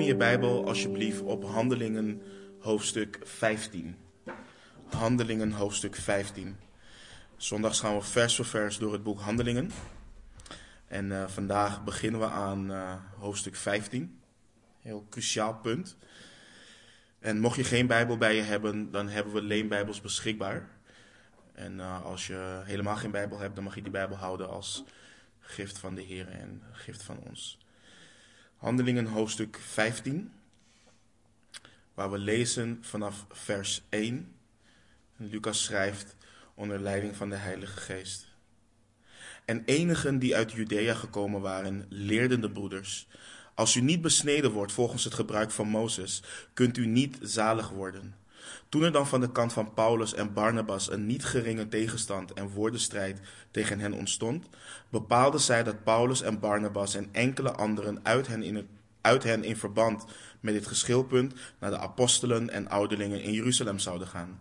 Open je Bijbel alsjeblieft op Handelingen hoofdstuk 15. Handelingen hoofdstuk 15. Zondags gaan we vers voor vers door het boek Handelingen. En vandaag beginnen we aan hoofdstuk 15. Heel cruciaal punt. En mocht je geen Bijbel bij je hebben, dan hebben we leenbijbels beschikbaar. En als je helemaal geen Bijbel hebt, dan mag je die Bijbel houden als gift van de Heer en gift van ons. Handelingen hoofdstuk 15, waar we lezen vanaf vers 1. Lucas schrijft onder leiding van de Heilige Geest. En enigen die uit Judea gekomen waren, leerden de broeders: als u niet besneden wordt volgens het gebruik van Mozes, kunt u niet zalig worden. Toen er dan van de kant van Paulus en Barnabas een niet geringe tegenstand en woordenstrijd tegen hen ontstond, bepaalden zij dat Paulus en Barnabas en enkele anderen uit hen in verband met dit geschilpunt naar de apostelen en ouderlingen in Jeruzalem zouden gaan.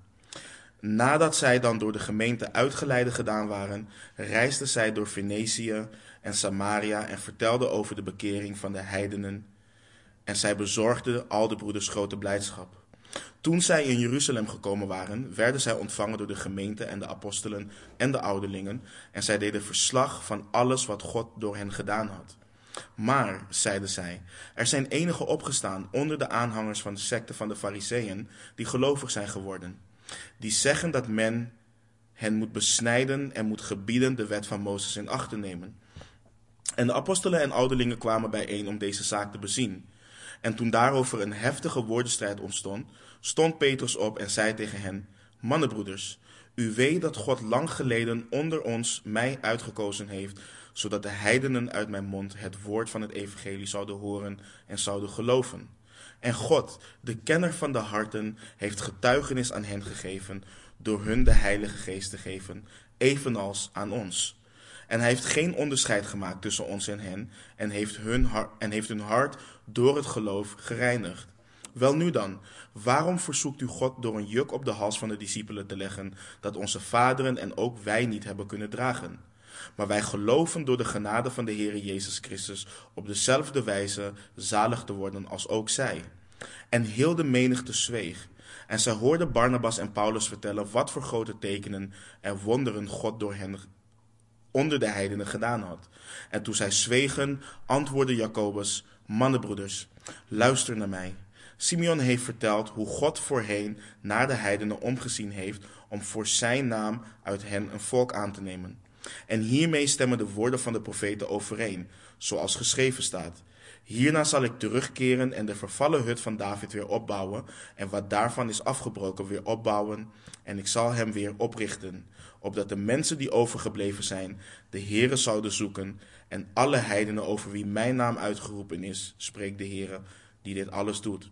Nadat zij dan door de gemeente uitgeleide gedaan waren, reisden zij door Venetië en Samaria en vertelden over de bekering van de heidenen. En zij bezorgden al de broeders grote blijdschap. Toen zij in Jeruzalem gekomen waren, werden zij ontvangen door de gemeente en de apostelen en de ouderlingen, en zij deden verslag van alles wat God door hen gedaan had. Maar, zeiden zij, er zijn enigen opgestaan onder de aanhangers van de secte van de Farizeeën, die gelovig zijn geworden. Die zeggen dat men hen moet besnijden en moet gebieden de wet van Mozes in acht te nemen. En de apostelen en ouderlingen kwamen bijeen om deze zaak te bezien. En toen daarover een heftige woordenstrijd ontstond, stond Petrus op en zei tegen hen: mannenbroeders, u weet dat God lang geleden onder ons mij uitgekozen heeft, zodat de heidenen uit mijn mond het woord van het evangelie zouden horen en zouden geloven. En God, de kenner van de harten, heeft getuigenis aan hen gegeven door hun de Heilige Geest te geven, evenals aan ons. En hij heeft geen onderscheid gemaakt tussen ons en hen en heeft hun hart door het geloof gereinigd. Welnu dan, waarom verzoekt u God door een juk op de hals van de discipelen te leggen, dat onze vaderen en ook wij niet hebben kunnen dragen? Maar wij geloven door de genade van de Heere Jezus Christus op dezelfde wijze zalig te worden als ook zij. En heel de menigte zweeg. En zij hoorden Barnabas en Paulus vertellen wat voor grote tekenen en wonderen God door hen onder de heidenen gedaan had. En toen zij zwegen, antwoordde Jacobus: mannenbroeders, luister naar mij. Simeon heeft verteld hoe God voorheen naar de heidenen omgezien heeft om voor zijn naam uit hen een volk aan te nemen. En hiermee stemmen de woorden van de profeten overeen, zoals geschreven staat: hierna zal ik terugkeren en de vervallen hut van David weer opbouwen, en wat daarvan is afgebroken weer opbouwen, en ik zal hem weer oprichten, opdat de mensen die overgebleven zijn de Heere zouden zoeken, en alle heidenen over wie mijn naam uitgeroepen is, spreekt de Heere, die dit alles doet.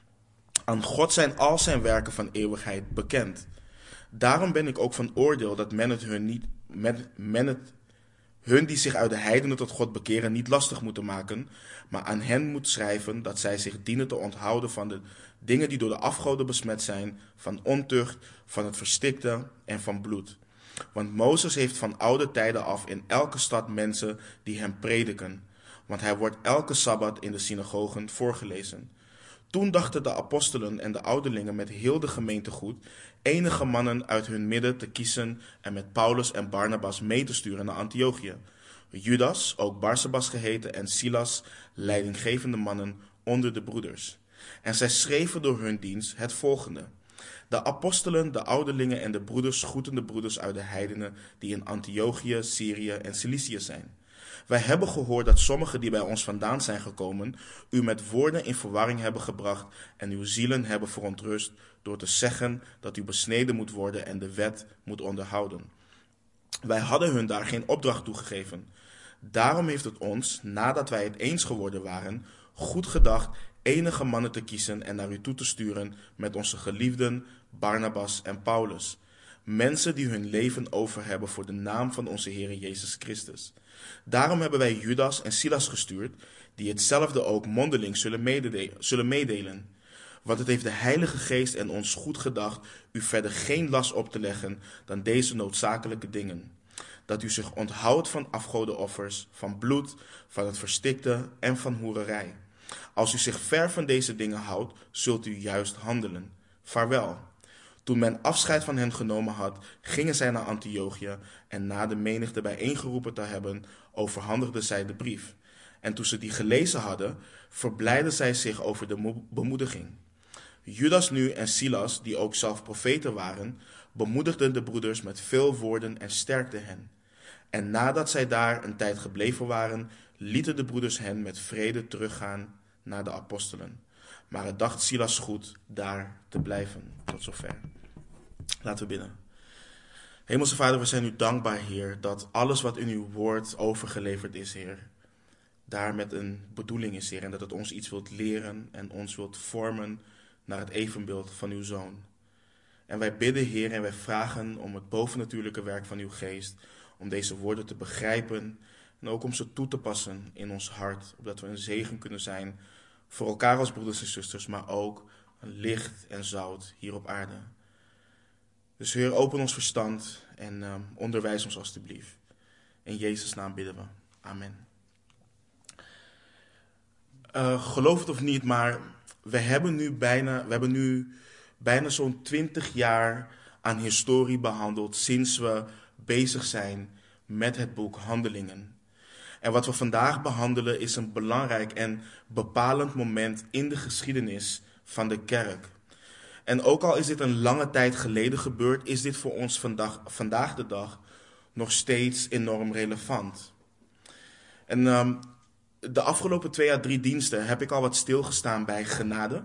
Aan God zijn al zijn werken van eeuwigheid bekend. Daarom ben ik ook van oordeel dat hun die zich uit de heidenen tot God bekeren niet lastig moeten maken, maar aan hen moet schrijven dat zij zich dienen te onthouden van de dingen die door de afgoden besmet zijn, van ontucht, van het verstikte en van bloed. Want Mozes heeft van oude tijden af in elke stad mensen die hem prediken, want hij wordt elke sabbat in de synagogen voorgelezen. Toen dachten de apostelen en de ouderlingen met heel de gemeente goed enige mannen uit hun midden te kiezen en met Paulus en Barnabas mee te sturen naar Antiochië. Judas, ook Barsabas geheten, en Silas, leidinggevende mannen onder de broeders. En zij schreven door hun dienst het volgende: de apostelen, de ouderlingen en de broeders groeten de broeders uit de heidenen die in Antiochië, Syrië en Cilicië zijn. Wij hebben gehoord dat sommigen die bij ons vandaan zijn gekomen u met woorden in verwarring hebben gebracht en uw zielen hebben verontrust door te zeggen dat u besneden moet worden en de wet moet onderhouden. Wij hadden hun daar geen opdracht toe gegeven. Daarom heeft het ons, nadat wij het eens geworden waren, goed gedacht enige mannen te kiezen en naar u toe te sturen met onze geliefden Barnabas en Paulus. Mensen die hun leven over hebben voor de naam van onze Heere Jezus Christus. Daarom hebben wij Judas en Silas gestuurd, die hetzelfde ook mondeling zullen meedelen. Want het heeft de Heilige Geest en ons goed gedacht u verder geen last op te leggen dan deze noodzakelijke dingen. Dat u zich onthoudt van afgodenoffers, van bloed, van het verstikte en van hoererij. Als u zich ver van deze dingen houdt, zult u juist handelen. Vaarwel. Toen men afscheid van hen genomen had, gingen zij naar Antiochië en na de menigte bijeengeroepen te hebben, overhandigden zij de brief. En toen ze die gelezen hadden, verblijden zij zich over de bemoediging. Judas nu en Silas, die ook zelf profeten waren, bemoedigden de broeders met veel woorden en sterkten hen. En nadat zij daar een tijd gebleven waren, lieten de broeders hen met vrede teruggaan naar de apostelen. Maar het dacht Silas goed daar te blijven. Tot zover. Laten we bidden. Hemelse Vader, we zijn u dankbaar, Heer, dat alles wat in uw woord overgeleverd is, Heer, daar met een bedoeling is, Heer. En dat het ons iets wilt leren en ons wilt vormen naar het evenbeeld van uw Zoon. En wij bidden, Heer, en wij vragen om het bovennatuurlijke werk van uw geest, om deze woorden te begrijpen en ook om ze toe te passen in ons hart, opdat we een zegen kunnen zijn voor elkaar als broeders en zusters, maar ook een licht en zout hier op aarde. Dus Heer, open ons verstand en onderwijs ons alstublieft. In Jezus' naam bidden we. Amen. Geloof het of niet, maar we hebben nu bijna zo'n 20 jaar aan historie behandeld sinds we bezig zijn met het boek Handelingen. En wat we vandaag behandelen is een belangrijk en bepalend moment in de geschiedenis van de kerk. En ook al is dit een lange tijd geleden gebeurd, is dit voor ons vandaag de dag nog steeds enorm relevant. En de afgelopen 2 à 3 diensten heb ik al wat stilgestaan bij genade.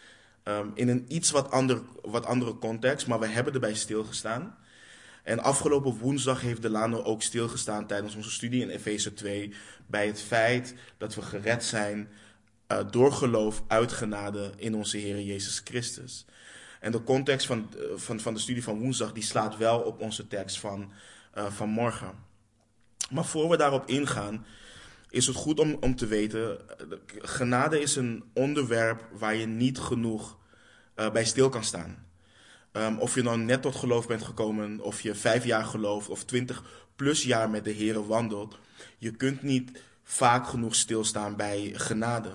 In een iets wat andere context, maar we hebben erbij stilgestaan. En afgelopen woensdag heeft Delano ook stilgestaan tijdens onze studie in Efeze 2... bij het feit dat we gered zijn door geloof uit genade in onze Heer Jezus Christus. En de context van de studie van woensdag die slaat wel op onze tekst van morgen. Maar voor we daarop ingaan, is het goed om te weten, genade is een onderwerp waar je niet genoeg bij stil kan staan. Of je nou net tot geloof bent gekomen, of je 5 jaar gelooft, of 20 plus jaar met de Heere wandelt. Je kunt niet vaak genoeg stilstaan bij genade.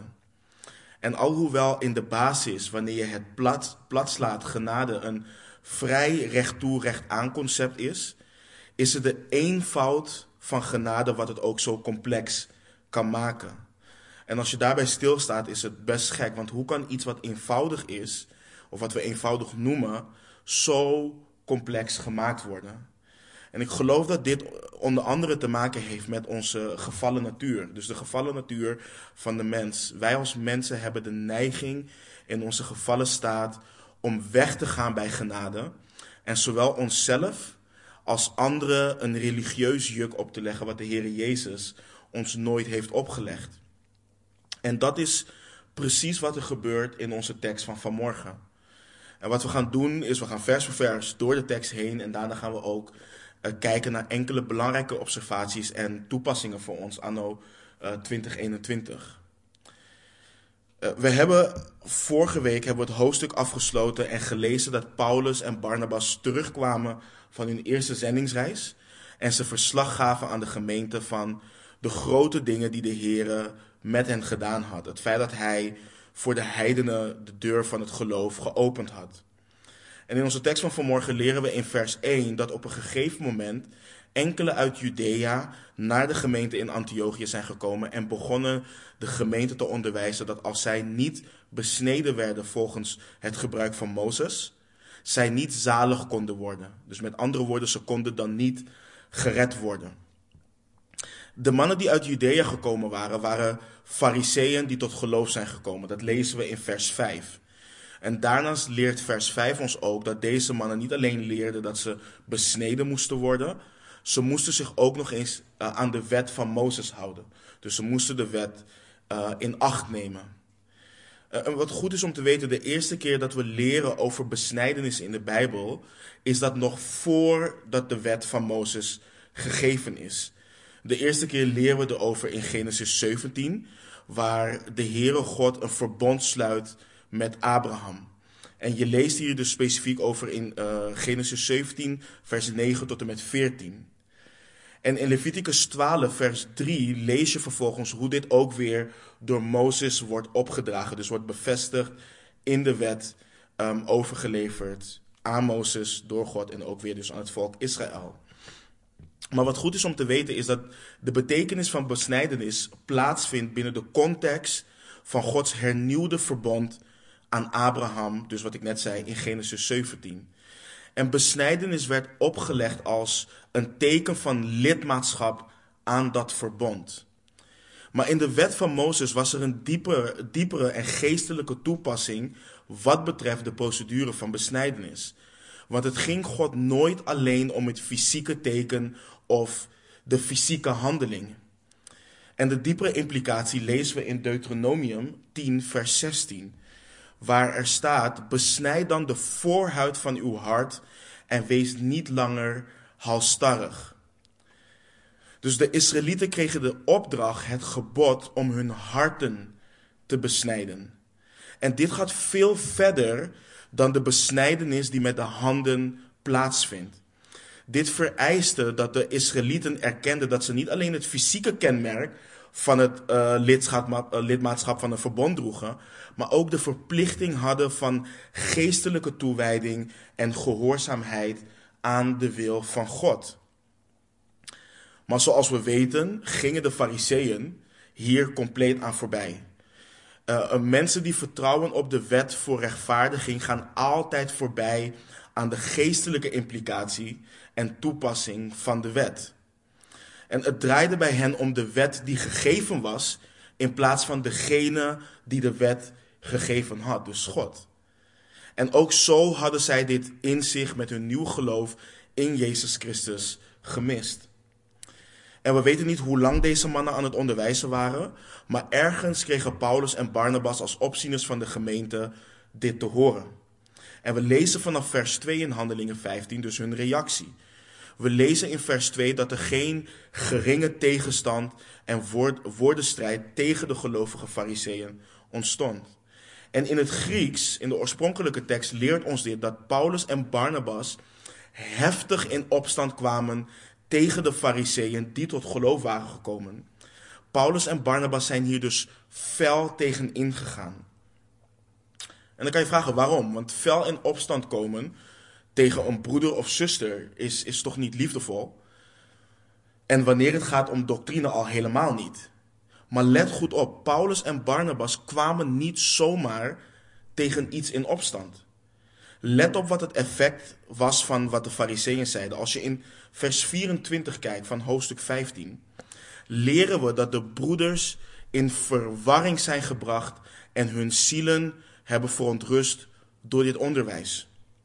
En alhoewel in de basis, wanneer je het plat slaat, genade een vrij recht toe, recht aan concept is het de eenvoud van genade wat het ook zo complex kan maken. En als je daarbij stilstaat, is het best gek, want hoe kan iets wat eenvoudig is, of wat we eenvoudig noemen, zo complex gemaakt worden? En ik geloof dat dit onder andere te maken heeft met onze gevallen natuur. Dus de gevallen natuur van de mens. Wij als mensen hebben de neiging in onze gevallen staat om weg te gaan bij genade. En zowel onszelf als anderen een religieus juk op te leggen wat de Heer Jezus ons nooit heeft opgelegd. En dat is precies wat er gebeurt in onze tekst van vanmorgen. En wat we gaan doen is, we gaan vers voor vers door de tekst heen en daarna gaan we ook kijken naar enkele belangrijke observaties en toepassingen voor ons anno 2021. Vorige week hebben we het hoofdstuk afgesloten en gelezen dat Paulus en Barnabas terugkwamen van hun eerste zendingsreis en ze verslag gaven aan de gemeente van de grote dingen die de Heere met hen gedaan had. Het feit dat hij voor de heidenen de deur van het geloof geopend had. En in onze tekst van vanmorgen leren we in vers 1 dat op een gegeven moment enkele uit Judea naar de gemeente in Antiochië zijn gekomen en begonnen de gemeente te onderwijzen dat als zij niet besneden werden volgens het gebruik van Mozes, zij niet zalig konden worden. Dus met andere woorden, ze konden dan niet gered worden. De mannen die uit Judea gekomen waren Farizeeën die tot geloof zijn gekomen. Dat lezen we in vers 5. En daarnaast leert vers 5 ons ook dat deze mannen niet alleen leerden dat ze besneden moesten worden, ze moesten zich ook nog eens aan de wet van Mozes houden. Dus ze moesten de wet in acht nemen. En wat goed is om te weten, de eerste keer dat we leren over besnijdenis in de Bijbel, is dat nog voordat de wet van Mozes gegeven is. De eerste keer leren we erover in Genesis 17, waar de Heere God een verbond sluit met Abraham. En je leest hier dus specifiek over in Genesis 17, vers 9 tot en met 14. En in Leviticus 12, vers 3 lees je vervolgens hoe dit ook weer door Mozes wordt opgedragen. Dus wordt bevestigd in de wet, overgeleverd aan Mozes door God en ook weer dus aan het volk Israël. Maar wat goed is om te weten is dat de betekenis van besnijdenis plaatsvindt binnen de context van Gods hernieuwde verbond aan Abraham, dus wat ik net zei in Genesis 17. En besnijdenis werd opgelegd als een teken van lidmaatschap aan dat verbond. Maar in de wet van Mozes was er een diepere en geestelijke toepassing wat betreft de procedure van besnijdenis. Want het ging God nooit alleen om het fysieke teken of de fysieke handeling. En de diepere implicatie lezen we in Deuteronomium 10 vers 16. Waar er staat, besnijd dan de voorhuid van uw hart en wees niet langer halsstarrig. Dus de Israëlieten kregen de opdracht, het gebod om hun harten te besnijden. En dit gaat veel verder dan de besnijdenis die met de handen plaatsvindt. Dit vereiste dat de Israëlieten erkenden dat ze niet alleen het fysieke kenmerk van het lidmaatschap van een verbond droegen, maar ook de verplichting hadden van geestelijke toewijding en gehoorzaamheid aan de wil van God. Maar zoals we weten, gingen de Farizeeën hier compleet aan voorbij. Mensen die vertrouwen op de wet voor rechtvaardiging gaan altijd voorbij aan de geestelijke implicatie en toepassing van de wet. En het draaide bij hen om de wet die gegeven was, in plaats van degene die de wet gegeven had, dus God. En ook zo hadden zij dit inzicht met hun nieuw geloof in Jezus Christus gemist. En we weten niet hoe lang deze mannen aan het onderwijzen waren, maar ergens kregen Paulus en Barnabas als opzieners van de gemeente dit te horen. En we lezen vanaf vers 2 in Handelingen 15 dus hun reactie. We lezen in vers 2 dat er geen geringe tegenstand en woordenstrijd tegen de gelovige Farizeeën ontstond. En in het Grieks, in de oorspronkelijke tekst, leert ons dit dat Paulus en Barnabas heftig in opstand kwamen tegen de Farizeeën die tot geloof waren gekomen. Paulus en Barnabas zijn hier dus fel tegen ingegaan. En dan kan je vragen waarom, want fel in opstand komen tegen een broeder of zuster is toch niet liefdevol? En wanneer het gaat om doctrine al helemaal niet. Maar let goed op, Paulus en Barnabas kwamen niet zomaar tegen iets in opstand. Let op wat het effect was van wat de Farizeeën zeiden. Als je in vers 24 kijkt van hoofdstuk 15, leren we dat de broeders in verwarring zijn gebracht en hun zielen hebben verontrust door dit onderwijs.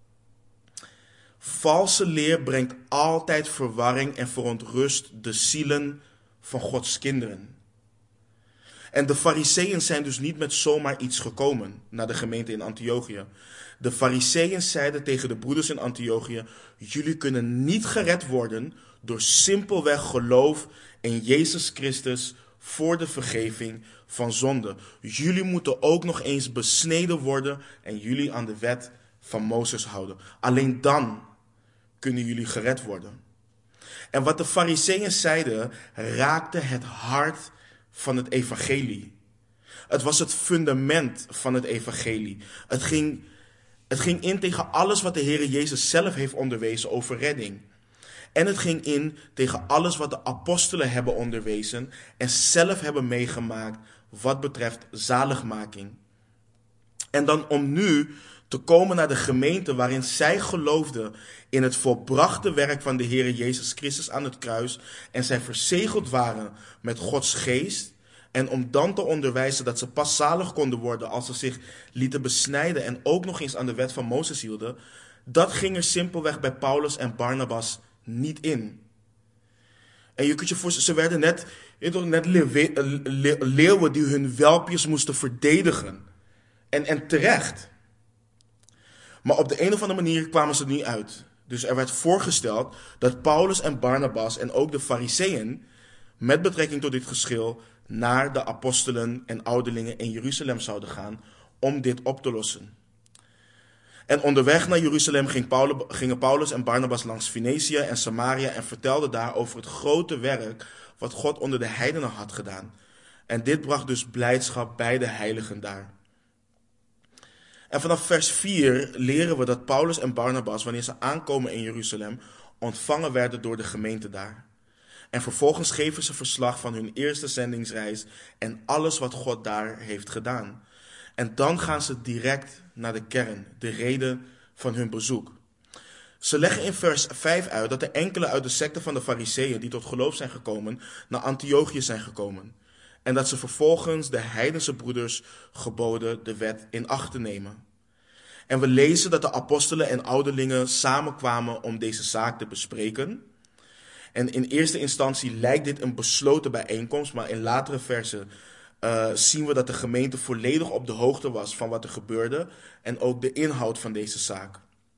Valse leer brengt altijd verwarring en verontrust de zielen van Gods kinderen. En de Farizeeën zijn dus niet met zomaar iets gekomen naar de gemeente in Antiochië. De Farizeeën zeiden tegen de broeders in Antiochië: jullie kunnen niet gered worden door simpelweg geloof in Jezus Christus voor de vergeving van zonde. Jullie moeten ook nog eens besneden worden en jullie aan de wet van Mozes houden. Alleen dan kunnen jullie gered worden. En wat de Farizeeën zeiden raakte het hart van het evangelie. Het was het fundament van het evangelie. Het ging in tegen alles wat de Heer Jezus zelf heeft onderwezen over redding. En het ging in tegen alles wat de apostelen hebben onderwezen en zelf hebben meegemaakt wat betreft zaligmaking. En dan om nu te komen naar de gemeente waarin zij geloofden in het volbrachte werk van de Heer Jezus Christus aan het kruis en zij verzegeld waren met Gods geest. En om dan te onderwijzen dat ze pas zalig konden worden als ze zich lieten besnijden en ook nog eens aan de wet van Mozes hielden, dat ging er simpelweg bij Paulus en Barnabas niet in. En je kunt je voorstellen, ze werden net leeuwen die hun welpjes moesten verdedigen. En terecht. Maar op de een of andere manier kwamen ze er niet uit. Dus er werd voorgesteld dat Paulus en Barnabas en ook de Farizeeën met betrekking tot dit geschil naar de apostelen en ouderlingen in Jeruzalem zouden gaan om dit op te lossen. En onderweg naar Jeruzalem gingen Paulus en Barnabas langs Venetië en Samaria en vertelden daar over het grote werk wat God onder de heidenen had gedaan. En dit bracht dus blijdschap bij de heiligen daar. En vanaf vers 4 leren we dat Paulus en Barnabas, wanneer ze aankomen in Jeruzalem, ontvangen werden door de gemeente daar. En vervolgens geven ze verslag van hun eerste zendingsreis en alles wat God daar heeft gedaan. En dan gaan ze direct naar de kern, de reden van hun bezoek. Ze leggen in vers 5 uit dat er enkele uit de secte van de Farizeeën die tot geloof zijn gekomen, naar Antiochië zijn gekomen. En dat ze vervolgens de heidense broeders geboden de wet in acht te nemen. En we lezen dat de apostelen en ouderlingen samenkwamen om deze zaak te bespreken. En in eerste instantie lijkt dit een besloten bijeenkomst, maar in latere versen zien we dat de gemeente volledig op de hoogte was van wat er gebeurde en ook de inhoud van deze zaak.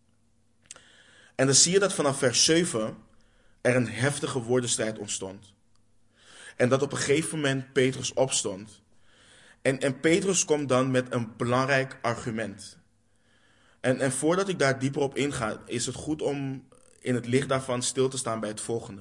En dan zie je dat vanaf vers 7 er een heftige woordenstrijd ontstond. En dat op een gegeven moment Petrus opstond. En Petrus komt dan met een belangrijk argument. En voordat ik daar dieper op inga, is het goed om in het licht daarvan stil te staan bij het volgende.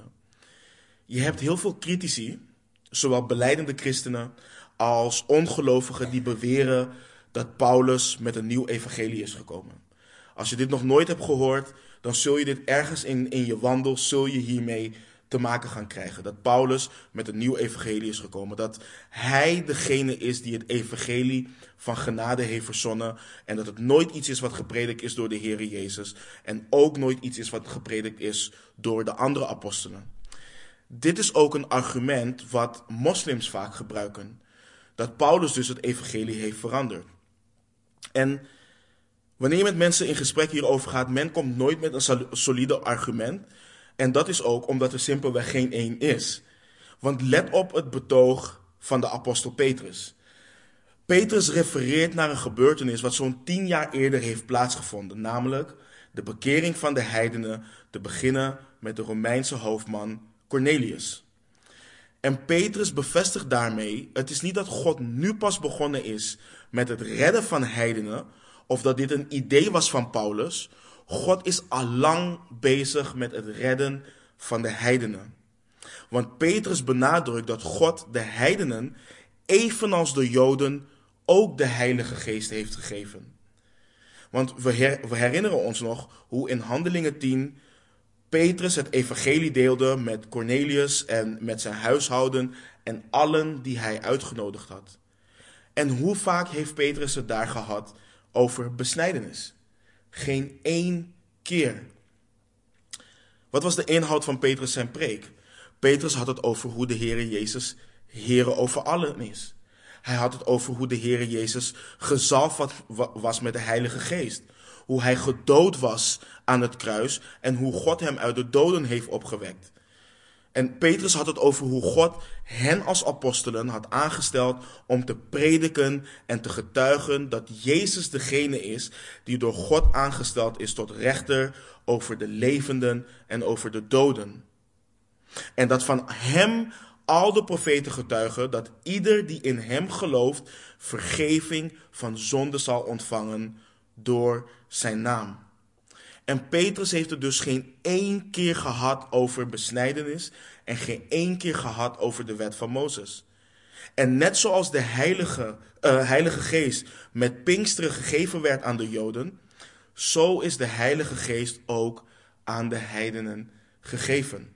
Je hebt heel veel critici, zowel belijdende christenen als ongelovigen, die beweren dat Paulus met een nieuw evangelie is gekomen. Als je dit nog nooit hebt gehoord, dan zul je dit ergens in je wandel, zul je hiermee te maken gaan krijgen. Dat Paulus met een nieuw evangelie is gekomen. Dat hij degene is die het evangelie van genade heeft verzonnen. En dat het nooit iets is wat gepredikt is door de Heer Jezus. En ook nooit iets is wat gepredikt is door de andere apostelen. Dit is ook een argument wat moslims vaak gebruiken. Dat Paulus dus het evangelie heeft veranderd. En wanneer je met mensen in gesprek hierover gaat, men komt nooit met een solide argument. En dat is ook omdat er simpelweg geen één is. Want let op het betoog van de apostel Petrus. Petrus refereert naar een gebeurtenis wat zo'n 10 jaar eerder heeft plaatsgevonden. Namelijk de bekering van de heidenen, te beginnen met de Romeinse hoofdman Cornelius. En Petrus bevestigt daarmee, het is niet dat God nu pas begonnen is met het redden van heidenen, of dat dit een idee was van Paulus. God is al lang bezig met het redden van de heidenen. Want Petrus benadrukt dat God de heidenen, evenals de Joden, ook de Heilige Geest heeft gegeven. Want we herinneren ons nog hoe in Handelingen 10 Petrus het evangelie deelde met Cornelius en met zijn huishouden en allen die hij uitgenodigd had. En hoe vaak heeft Petrus het daar gehad over besnijdenis? Geen 1 keer. Wat was de inhoud van Petrus zijn preek? Petrus had het over hoe de Heere Jezus Heere over allen is. Hij had het over hoe de Heere Jezus gezalfd was met de Heilige Geest. Hoe hij gedood was aan het kruis en hoe God hem uit de doden heeft opgewekt. En Petrus had het over hoe God hen als apostelen had aangesteld om te prediken en te getuigen dat Jezus degene is die door God aangesteld is tot rechter over de levenden en over de doden. En dat van hem al de profeten getuigen dat ieder die in hem gelooft vergeving van zonde zal ontvangen door zijn naam. En Petrus heeft het dus geen 1 keer gehad over besnijdenis en geen 1 keer gehad over de wet van Mozes. En net zoals de Heilige Geest met Pinksteren gegeven werd aan de Joden, zo is de Heilige Geest ook aan de heidenen gegeven.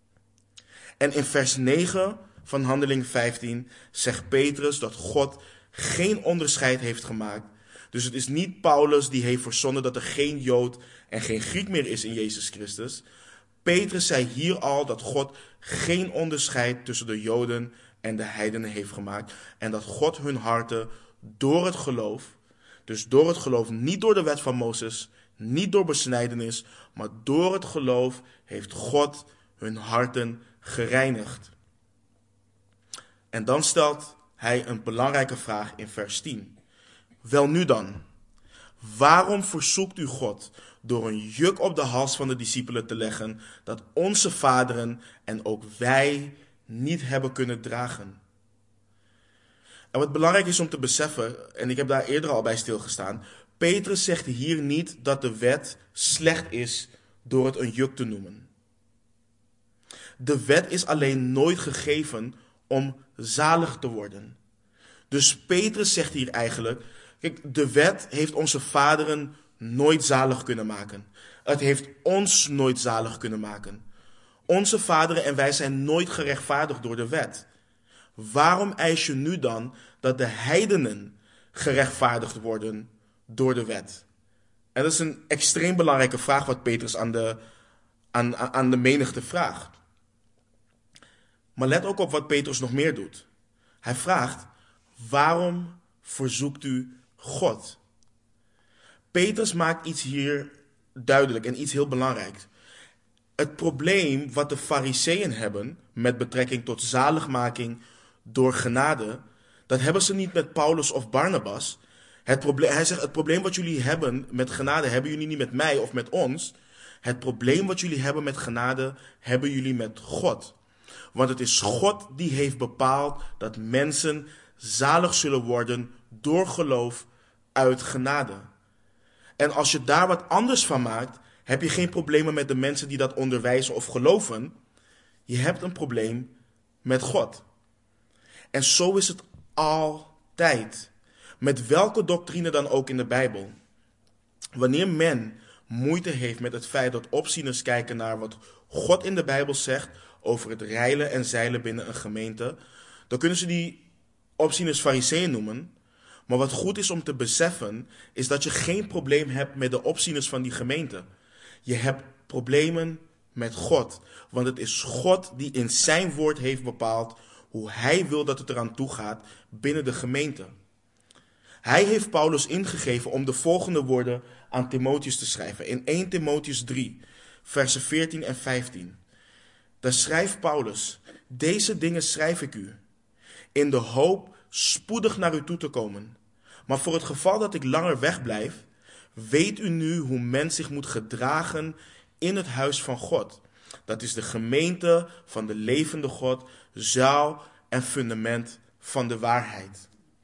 En in vers 9 van Handelingen 15 zegt Petrus dat God geen onderscheid heeft gemaakt. Dus het is niet Paulus die heeft verzonnen dat er geen Jood en geen Griek meer is in Jezus Christus. Petrus zei hier al dat God geen onderscheid tussen de Joden en de heidenen heeft gemaakt. En dat God hun harten door het geloof, dus door het geloof, niet door de wet van Mozes, niet door besnijdenis, maar door het geloof heeft God hun harten gereinigd. En dan stelt hij een belangrijke vraag in vers 10. Welnu dan, waarom verzoekt u God door een juk op de hals van de discipelen te leggen dat onze vaderen en ook wij niet hebben kunnen dragen? En wat belangrijk is om te beseffen, en ik heb daar eerder al bij stilgestaan, Petrus zegt hier niet dat de wet slecht is door het een juk te noemen. De wet is alleen nooit gegeven om zalig te worden. Dus Petrus zegt hier eigenlijk, kijk, de wet heeft onze vaderen nooit zalig kunnen maken. Het heeft ons nooit zalig kunnen maken. Onze vaderen en wij zijn nooit gerechtvaardigd door de wet. Waarom eis je nu dan dat de heidenen gerechtvaardigd worden door de wet? En dat is een extreem belangrijke vraag wat Petrus aan de menigte vraagt. Maar let ook op wat Petrus nog meer doet. Hij vraagt, waarom verzoekt u God? Petrus maakt iets hier duidelijk en iets heel belangrijks. Het probleem wat de Farizeeën hebben met betrekking tot zaligmaking door genade, dat hebben ze niet met Paulus of Barnabas. Hij zegt, het probleem wat jullie hebben met genade, hebben jullie niet met mij of met ons. Het probleem wat jullie hebben met genade, hebben jullie met God. Want het is God die heeft bepaald dat mensen zalig zullen worden door geloof uit genade. En als je daar wat anders van maakt, heb je geen problemen met de mensen die dat onderwijzen of geloven. Je hebt een probleem met God. En zo is het altijd. Met welke doctrine dan ook in de Bijbel. Wanneer men moeite heeft met het feit dat opzieners kijken naar wat God in de Bijbel zegt over het reilen en zeilen binnen een gemeente, dan kunnen ze die opzieners Farizeeën noemen. Maar wat goed is om te beseffen, is dat je geen probleem hebt met de opzieners van die gemeente. Je hebt problemen met God. Want het is God die in zijn woord heeft bepaald hoe hij wil dat het eraan toe gaat binnen de gemeente. Hij heeft Paulus ingegeven om de volgende woorden aan Timotheus te schrijven. In 1 Timotheus 3, versen 14 en 15. Daar schrijft Paulus, deze dingen schrijf ik u, in de hoop spoedig naar u toe te komen. Maar voor het geval dat ik langer wegblijf, weet u nu hoe men zich moet gedragen in het huis van God. Dat is de gemeente van de levende God, zuil en fundament van de waarheid.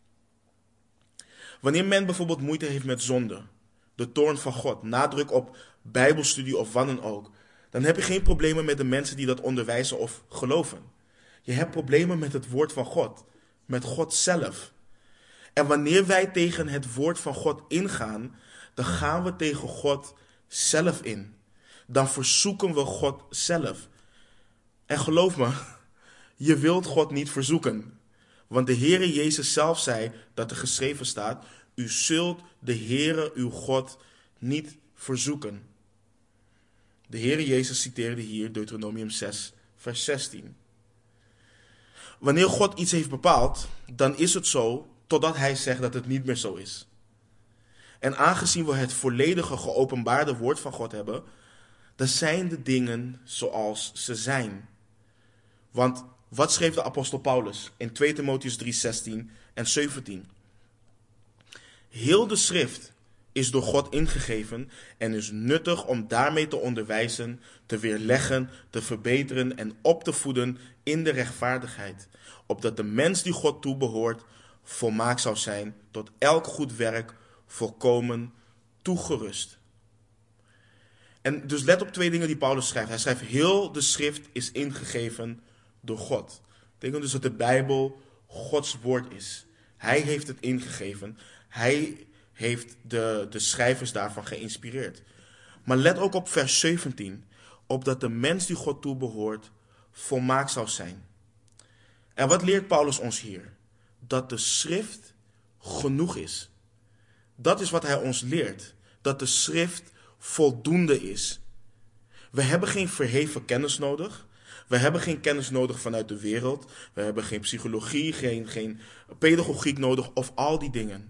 Wanneer men bijvoorbeeld moeite heeft met zonde, de toorn van God, nadruk op bijbelstudie of wat dan ook, dan heb je geen problemen met de mensen die dat onderwijzen of geloven. Je hebt problemen met het woord van God, met God zelf. En wanneer wij tegen het woord van God ingaan, dan gaan we tegen God zelf in. Dan verzoeken we God zelf. En geloof me, je wilt God niet verzoeken. Want de Heere Jezus zelf zei dat er geschreven staat, u zult de Heere uw God niet verzoeken. De Heere Jezus citeerde hier Deuteronomium 6, vers 16. Wanneer God iets heeft bepaald, dan is het zo totdat hij zegt dat het niet meer zo is. En aangezien we het volledige geopenbaarde woord van God hebben, dan zijn de dingen zoals ze zijn. Want wat schreef de apostel Paulus in 2 Timotheus 3, 16 en 17? Heel de schrift is door God ingegeven en is nuttig om daarmee te onderwijzen, te weerleggen, te verbeteren en op te voeden in de rechtvaardigheid, opdat de mens die God toebehoort volmaakt zou zijn, tot elk goed werk volkomen toegerust. En dus let op twee dingen die Paulus schrijft. Hij schrijft, heel de schrift is ingegeven door God. Dat betekent dus dat de Bijbel Gods woord is. Hij heeft het ingegeven. Hij heeft de schrijvers daarvan geïnspireerd. Maar let ook op vers 17. Opdat de mens die God toebehoort volmaakt zou zijn. En wat leert Paulus ons hier? Dat de schrift genoeg is. Dat is wat hij ons leert. Dat de schrift voldoende is. We hebben geen verheven kennis nodig. We hebben geen kennis nodig vanuit de wereld. We hebben geen psychologie, geen pedagogiek nodig of al die dingen.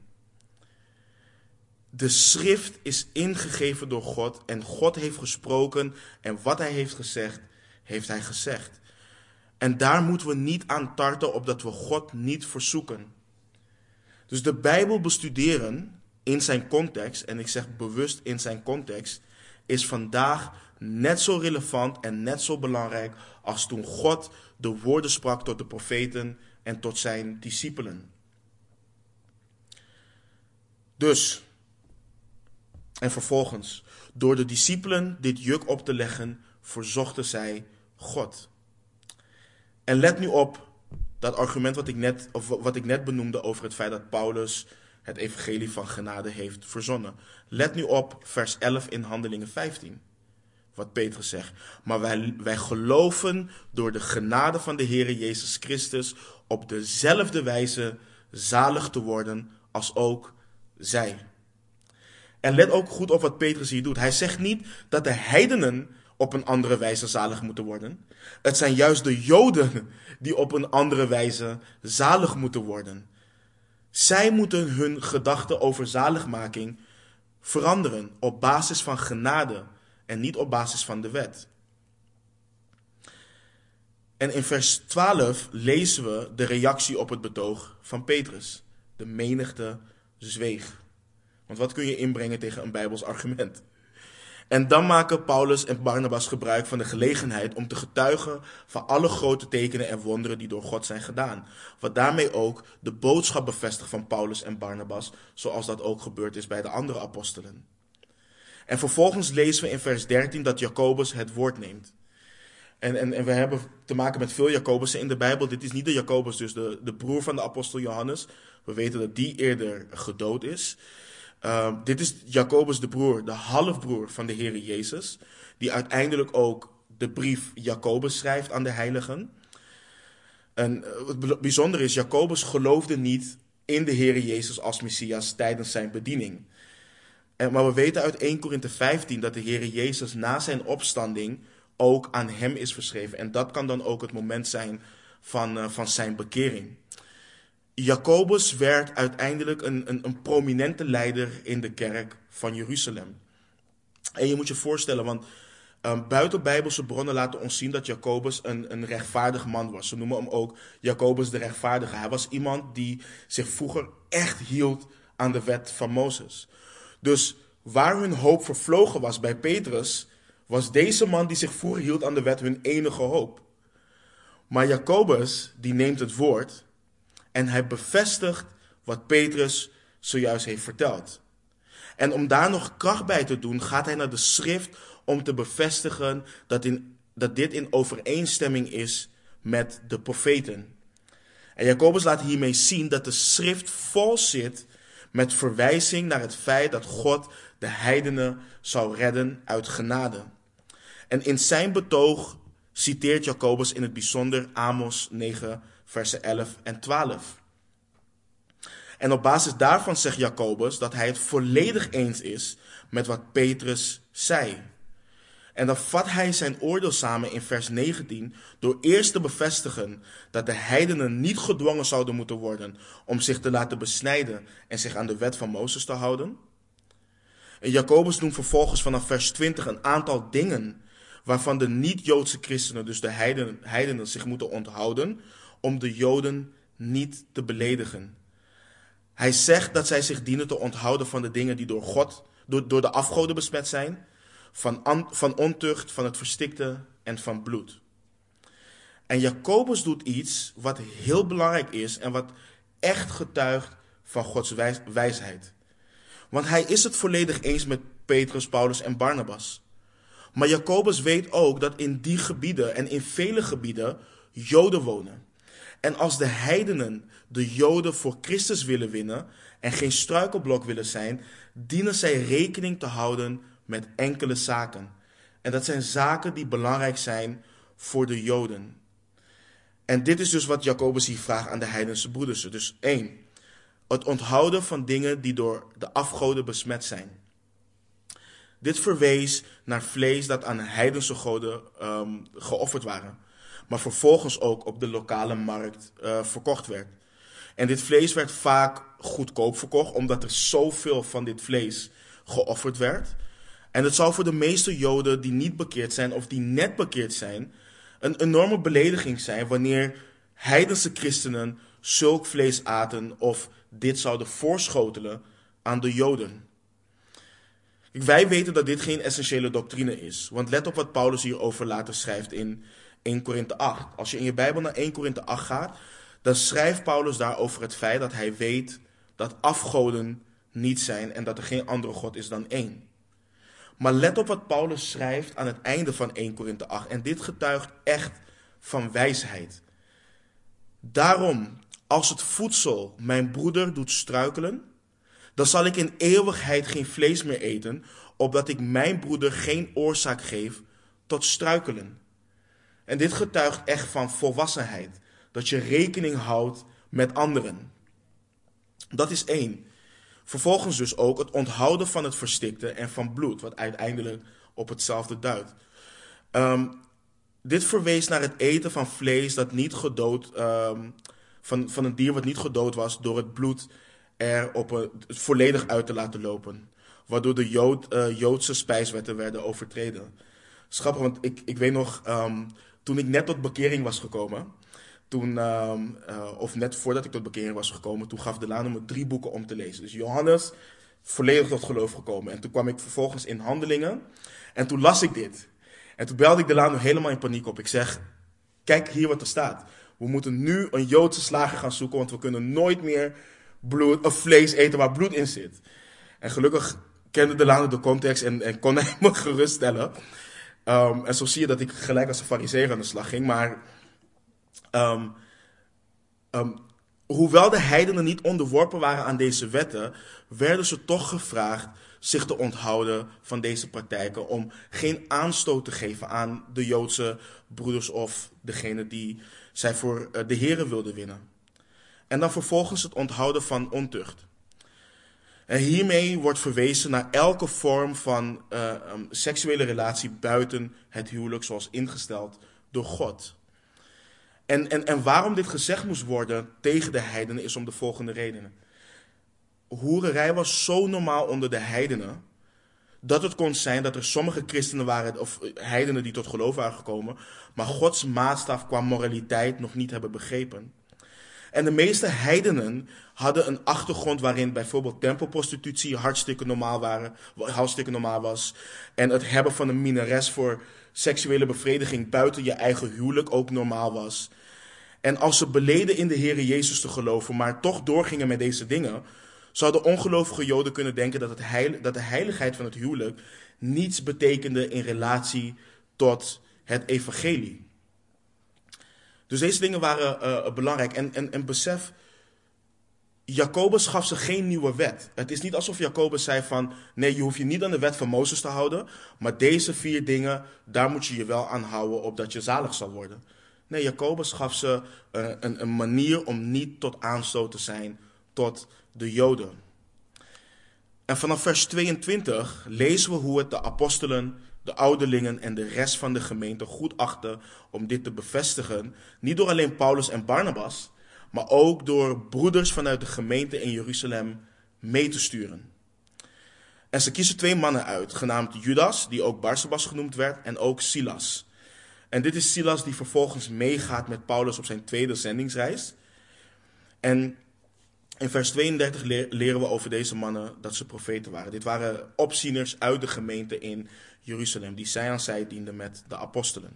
De schrift is ingegeven door God en God heeft gesproken en wat hij heeft gezegd, heeft hij gezegd. En daar moeten we niet aan tarten opdat we God niet verzoeken. Dus de Bijbel bestuderen in zijn context, en ik zeg bewust in zijn context, is vandaag net zo relevant en net zo belangrijk als toen God de woorden sprak tot de profeten en tot zijn discipelen. Dus, En vervolgens, door de discipelen dit juk op te leggen, verzochten zij God. En let nu op dat argument wat ik net benoemde over het feit dat Paulus het evangelie van genade heeft verzonnen. Let nu op vers 11 in Handelingen 15. Wat Petrus zegt. Maar wij geloven door de genade van de Heere Jezus Christus op dezelfde wijze zalig te worden als ook zij. En let ook goed op wat Petrus hier doet. Hij zegt niet dat de heidenen op een andere wijze zalig moeten worden. Het zijn juist de Joden die op een andere wijze zalig moeten worden. Zij moeten hun gedachten over zaligmaking veranderen op basis van genade en niet op basis van de wet. En in vers 12 lezen we de reactie op het betoog van Petrus. De menigte zweeg. Want wat kun je inbrengen tegen een Bijbels argument? En dan maken Paulus en Barnabas gebruik van de gelegenheid om te getuigen van alle grote tekenen en wonderen die door God zijn gedaan. Wat daarmee ook de boodschap bevestigt van Paulus en Barnabas, zoals dat ook gebeurd is bij de andere apostelen. En vervolgens lezen we in vers 13 dat Jacobus het woord neemt. En we hebben te maken met veel Jacobussen in de Bijbel. Dit is niet de Jacobus, dus de broer van de apostel Johannes. We weten dat die eerder gedood is. Dit is Jacobus de broer, de halfbroer van de Heere Jezus, die uiteindelijk ook de brief Jacobus schrijft aan de heiligen. En het bijzondere is, Jacobus geloofde niet in de Heere Jezus als Messias tijdens zijn bediening. Maar we weten uit 1 Korinthe 15 dat de Heere Jezus na zijn opstanding ook aan hem is verschreven. En dat kan dan ook het moment zijn van zijn bekering. Jacobus werd uiteindelijk een prominente leider in de kerk van Jeruzalem. En je moet je voorstellen, want buiten Bijbelse bronnen laten ons zien dat Jacobus een rechtvaardig man was. Ze noemen hem ook Jacobus de rechtvaardige. Hij was iemand die zich vroeger echt hield aan de wet van Mozes. Dus waar hun hoop vervlogen was bij Petrus, was deze man die zich vroeger hield aan de wet hun enige hoop. Maar Jacobus, die neemt het woord en hij bevestigt wat Petrus zojuist heeft verteld. En om daar nog kracht bij te doen, gaat hij naar de schrift om te bevestigen dat dit in overeenstemming is met de profeten. En Jacobus laat hiermee zien dat de schrift vol zit met verwijzing naar het feit dat God de heidenen zou redden uit genade. En in zijn betoog citeert Jacobus in het bijzonder Amos 9, versen 11 en 12. En op basis daarvan zegt Jacobus dat hij het volledig eens is met wat Petrus zei. En dan vat hij zijn oordeel samen in vers 19 door eerst te bevestigen dat de heidenen niet gedwongen zouden moeten worden om zich te laten besnijden en zich aan de wet van Mozes te houden. En Jacobus noemt vervolgens vanaf vers 20 een aantal dingen waarvan de niet-Joodse christenen, dus de heidenen, zich moeten onthouden om de Joden niet te beledigen. Hij zegt dat zij zich dienen te onthouden van de dingen die door God, door de afgoden besmet zijn, van ontucht, van het verstikte en van bloed. En Jacobus doet iets wat heel belangrijk is en wat echt getuigt van Gods wijsheid. Want hij is het volledig eens met Petrus, Paulus en Barnabas. Maar Jacobus weet ook dat in die gebieden en in vele gebieden Joden wonen. En als de heidenen de Joden voor Christus willen winnen en geen struikelblok willen zijn, dienen zij rekening te houden met enkele zaken. En dat zijn zaken die belangrijk zijn voor de Joden. En dit is dus wat Jacobus hier vraagt aan de heidense broeders. Dus 1. Het onthouden van dingen die door de afgoden besmet zijn. Dit verwees naar vlees dat aan heidense goden geofferd waren, maar vervolgens ook op de lokale markt verkocht werd. En dit vlees werd vaak goedkoop verkocht, omdat er zoveel van dit vlees geofferd werd. En het zou voor de meeste Joden die niet bekeerd zijn of die net bekeerd zijn, een enorme belediging zijn wanneer heidense christenen zulk vlees aten of dit zouden voorschotelen aan de Joden. Wij weten dat dit geen essentiële doctrine is, want let op wat Paulus hierover later schrijft in 1 Korinthe 8. Als je in je Bijbel naar 1 Korinthe 8 gaat, dan schrijft Paulus daar over het feit dat hij weet dat afgoden niet zijn en dat er geen andere God is dan één. Maar let op wat Paulus schrijft aan het einde van 1 Korinthe 8. En dit getuigt echt van wijsheid. Daarom, als het voedsel mijn broeder doet struikelen, dan zal ik in eeuwigheid geen vlees meer eten, opdat ik mijn broeder geen oorzaak geef tot struikelen. En dit getuigt echt van volwassenheid. Dat je rekening houdt met anderen. Dat is 1. Vervolgens dus ook het onthouden van het verstikte en van bloed, wat uiteindelijk op hetzelfde duidt. Dit verwees naar het eten van vlees dat niet gedood, van een dier wat niet gedood was, door het bloed er volledig uit te laten lopen. Waardoor de Joodse spijswetten werden overtreden. Schappig, want ik weet nog, toen ik net tot bekering was gekomen, of net voordat ik tot bekering was gekomen, toen gaf Delano me 3 boeken om te lezen. Dus Johannes, volledig tot geloof gekomen. En toen kwam ik vervolgens in Handelingen en toen las ik dit. En toen belde ik Delano helemaal in paniek op. Ik zeg, kijk hier wat er staat. We moeten nu een Joodse slager gaan zoeken, want we kunnen nooit meer vlees eten waar bloed in zit. En gelukkig kende Delano de context en kon hij me geruststellen. En zo zie je dat ik gelijk als een farizeer aan de slag ging. Maar hoewel de heidenen niet onderworpen waren aan deze wetten, werden ze toch gevraagd zich te onthouden van deze praktijken, om geen aanstoot te geven aan de Joodse broeders of degene die zij voor de Here wilden winnen. En dan vervolgens het onthouden van ontucht. En hiermee wordt verwezen naar elke vorm van seksuele relatie buiten het huwelijk, zoals ingesteld door God. En waarom dit gezegd moest worden tegen de heidenen is om de volgende redenen. Hoererij was zo normaal onder de heidenen, dat het kon zijn dat er sommige christenen waren, of heidenen die tot geloof waren gekomen, maar Gods maatstaf qua moraliteit nog niet hebben begrepen. En de meeste heidenen hadden een achtergrond waarin bijvoorbeeld tempelprostitutie hartstikke normaal was. En het hebben van een minnares voor seksuele bevrediging buiten je eigen huwelijk ook normaal was. En als ze beleden in de Heere Jezus te geloven, maar toch doorgingen met deze dingen, zouden ongelovige Joden kunnen denken dat de heiligheid van het huwelijk niets betekende in relatie tot het evangelie. Dus deze dingen waren belangrijk. En besef, Jacobus gaf ze geen nieuwe wet. Het is niet alsof Jacobus zei van, nee, je hoeft je niet aan de wet van Mozes te houden, maar deze 4 dingen, daar moet je je wel aan houden, opdat je zalig zal worden. Nee, Jacobus gaf ze een manier om niet tot aanstoot te zijn tot de Joden. En vanaf vers 22 lezen we hoe het de apostelen, de ouderlingen en de rest van de gemeente goed achten om dit te bevestigen. Niet door alleen Paulus en Barnabas, maar ook door broeders vanuit de gemeente in Jeruzalem mee te sturen. En ze kiezen 2 mannen uit, genaamd Judas, die ook Barsabas genoemd werd, en ook Silas. En dit is Silas die vervolgens meegaat met Paulus op zijn 2e zendingsreis. En in vers 32 leren we over deze mannen dat ze profeten waren. Dit waren opzieners uit de gemeente in Jeruzalem, die zij aan zij dienden met de apostelen.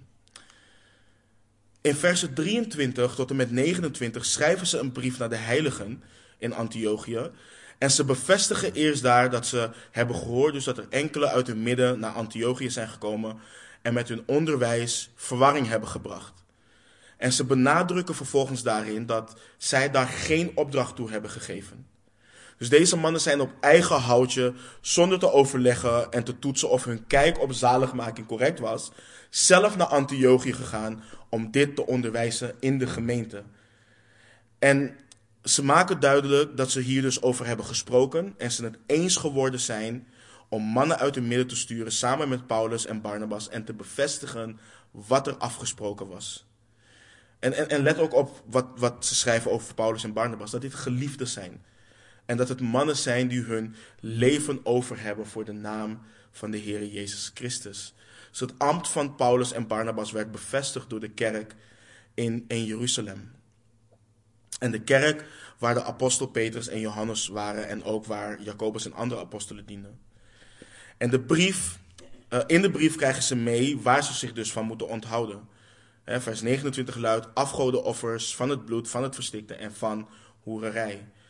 In versen 23 tot en met 29 schrijven ze een brief naar de heiligen in Antiochië. En ze bevestigen eerst daar dat ze hebben gehoord, dus dat er enkele uit hun midden naar Antiochië zijn gekomen en met hun onderwijs verwarring hebben gebracht. En ze benadrukken vervolgens daarin dat zij daar geen opdracht toe hebben gegeven. Dus deze mannen zijn op eigen houtje, zonder te overleggen en te toetsen of hun kijk op zaligmaking correct was, zelf naar Antiochië gegaan om dit te onderwijzen in de gemeente. En ze maken duidelijk dat ze hier dus over hebben gesproken en ze het eens geworden zijn om mannen uit hun midden te sturen samen met Paulus en Barnabas en te bevestigen wat er afgesproken was. En let ook op wat ze schrijven over Paulus en Barnabas, dat dit geliefden zijn. En dat het mannen zijn die hun leven over hebben voor de naam van de Heere Jezus Christus. Dus het ambt van Paulus en Barnabas werd bevestigd door de kerk in Jeruzalem. En de kerk waar de apostel Petrus en Johannes waren en ook waar Jacobus en andere apostelen dienden. En in de brief krijgen ze mee waar ze zich dus van moeten onthouden. Vers 29 luidt, afgodenoffers van het bloed, van het verstikte en van hoererij.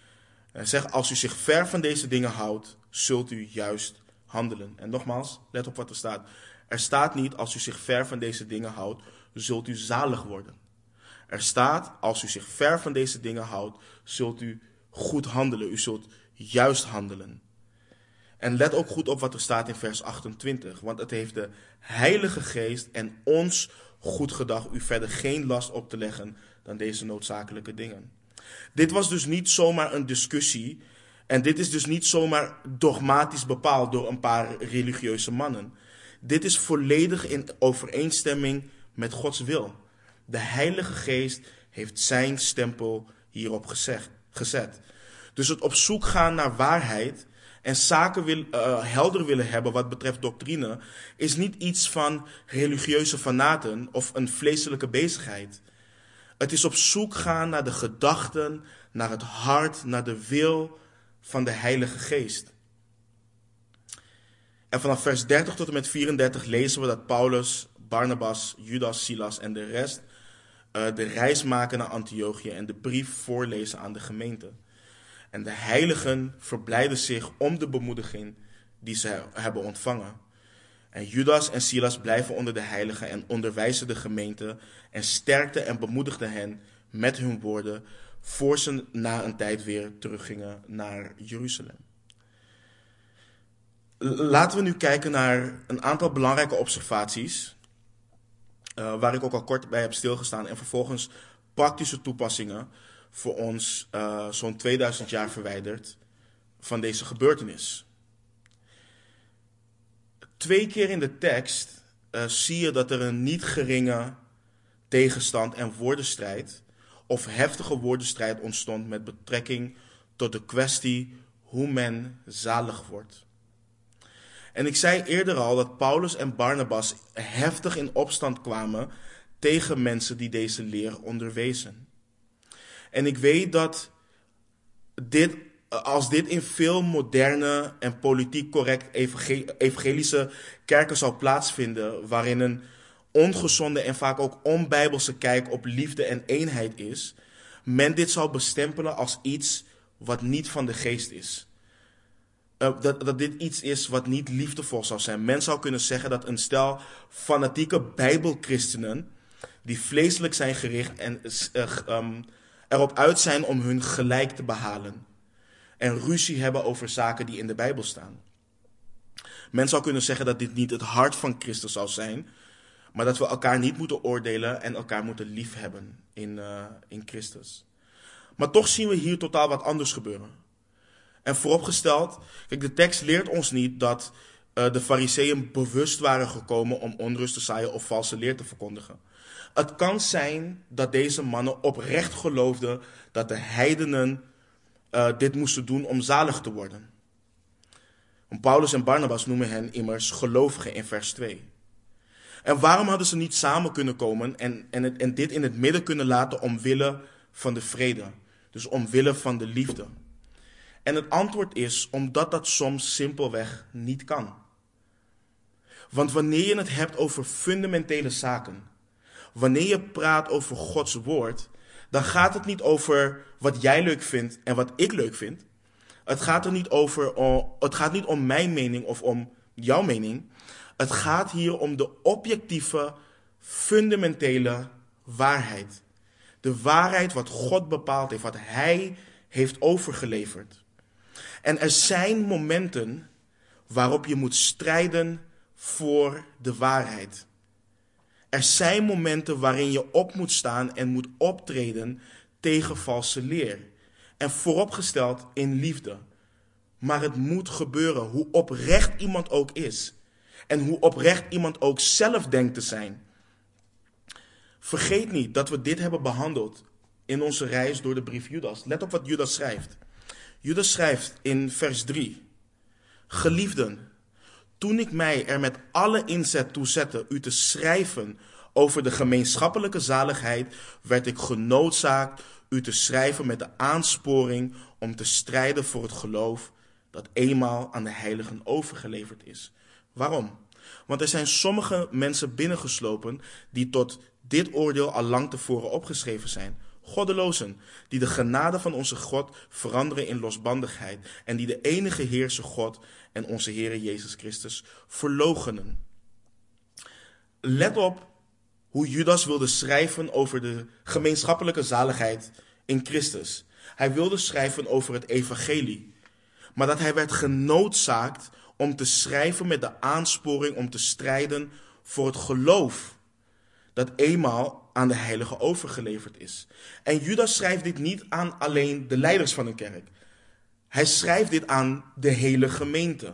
Hij zegt, als u zich ver van deze dingen houdt, zult u juist handelen. En nogmaals, let op wat er staat. Er staat niet, als u zich ver van deze dingen houdt, zult u zalig worden. Er staat, als u zich ver van deze dingen houdt, zult u goed handelen. U zult juist handelen. En let ook goed op wat er staat in vers 28. Want het heeft de Heilige Geest en ons goed gedacht u verder geen last op te leggen dan deze noodzakelijke dingen. Dit was dus niet zomaar een discussie. En dit is dus niet zomaar dogmatisch bepaald door een paar religieuze mannen. Dit is volledig in overeenstemming met Gods wil. De Heilige Geest heeft zijn stempel hierop gezet. Dus het op zoek gaan naar waarheid en zaken helder willen hebben wat betreft doctrine is niet iets van religieuze fanaten of een vleeselijke bezigheid. Het is op zoek gaan naar de gedachten, naar het hart, naar de wil van de Heilige Geest. En vanaf vers 30 tot en met 34 lezen we dat Paulus, Barnabas, Judas, Silas en de rest de reis maken naar Antiochië en de brief voorlezen aan de gemeente. En de heiligen verblijden zich om de bemoediging die ze hebben ontvangen. En Judas en Silas blijven onder de heiligen en onderwijzen de gemeente en sterkten en bemoedigden hen met hun woorden, voor ze na een tijd weer teruggingen naar Jeruzalem. Laten we nu kijken naar een aantal belangrijke observaties, waar ik ook al kort bij heb stilgestaan, en vervolgens praktische toepassingen voor ons zo'n 2000 jaar verwijderd van deze gebeurtenis. 2 keer in de tekst zie je dat er een niet geringe tegenstand en woordenstrijd of heftige woordenstrijd ontstond met betrekking tot de kwestie hoe men zalig wordt. En ik zei eerder al dat Paulus en Barnabas heftig in opstand kwamen tegen mensen die deze leer onderwezen. En ik weet dat als dit in veel moderne en politiek correct evangelische kerken zou plaatsvinden, waarin een ongezonde en vaak ook onbijbelse kijk op liefde en eenheid is, men dit zou bestempelen als iets wat niet van de geest is. Dat dit iets is wat niet liefdevol zou zijn. Men zou kunnen zeggen dat een stel fanatieke bijbelchristenen, die vleeselijk zijn gericht en erop uit zijn om hun gelijk te behalen, en ruzie hebben over zaken die in de Bijbel staan. Men zou kunnen zeggen dat dit niet het hart van Christus zou zijn, maar dat we elkaar niet moeten oordelen en elkaar moeten liefhebben in Christus. Maar toch zien we hier totaal wat anders gebeuren. En vooropgesteld, kijk, de tekst leert ons niet dat de Farizeeën bewust waren gekomen om onrust te zaaien of valse leer te verkondigen. Het kan zijn dat deze mannen oprecht geloofden dat de heidenen dit moesten doen om zalig te worden. Want Paulus en Barnabas noemen hen immers gelovigen in vers 2. En waarom hadden ze niet samen kunnen komen en dit in het midden kunnen laten omwille van de vrede? Dus omwille van de liefde. En het antwoord is omdat dat soms simpelweg niet kan. Want wanneer je het hebt over fundamentele zaken, wanneer je praat over Gods woord, dan gaat het niet over wat jij leuk vindt en wat ik leuk vind. Het gaat niet om mijn mening of om jouw mening. Het gaat hier om de objectieve, fundamentele waarheid. De waarheid wat God bepaald heeft, wat Hij heeft overgeleverd. En er zijn momenten waarop je moet strijden voor de waarheid. Er zijn momenten waarin je op moet staan en moet optreden tegen valse leer. En vooropgesteld in liefde. Maar het moet gebeuren, hoe oprecht iemand ook is. En hoe oprecht iemand ook zelf denkt te zijn. Vergeet niet dat we dit hebben behandeld in onze reis door de brief Judas. Let op wat Judas schrijft. Judas schrijft in vers 3. Geliefden, toen ik mij er met alle inzet toe zette u te schrijven over de gemeenschappelijke zaligheid, werd ik genoodzaakt u te schrijven met de aansporing om te strijden voor het geloof dat eenmaal aan de heiligen overgeleverd is. Waarom? Want er zijn sommige mensen binnengeslopen die tot dit oordeel al lang tevoren opgeschreven zijn. goddelozen, die de genade van onze God veranderen in losbandigheid en die de enige Heerser God en onze Heere Jezus Christus verloochenen. Let op hoe Judas wilde schrijven over de gemeenschappelijke zaligheid in Christus. Hij wilde schrijven over het evangelie, maar dat hij werd genoodzaakt om te schrijven met de aansporing om te strijden voor het geloof dat eenmaal aan de heiligen overgeleverd is. En Judas schrijft dit niet aan alleen de leiders van een kerk. Hij schrijft dit aan de hele gemeente.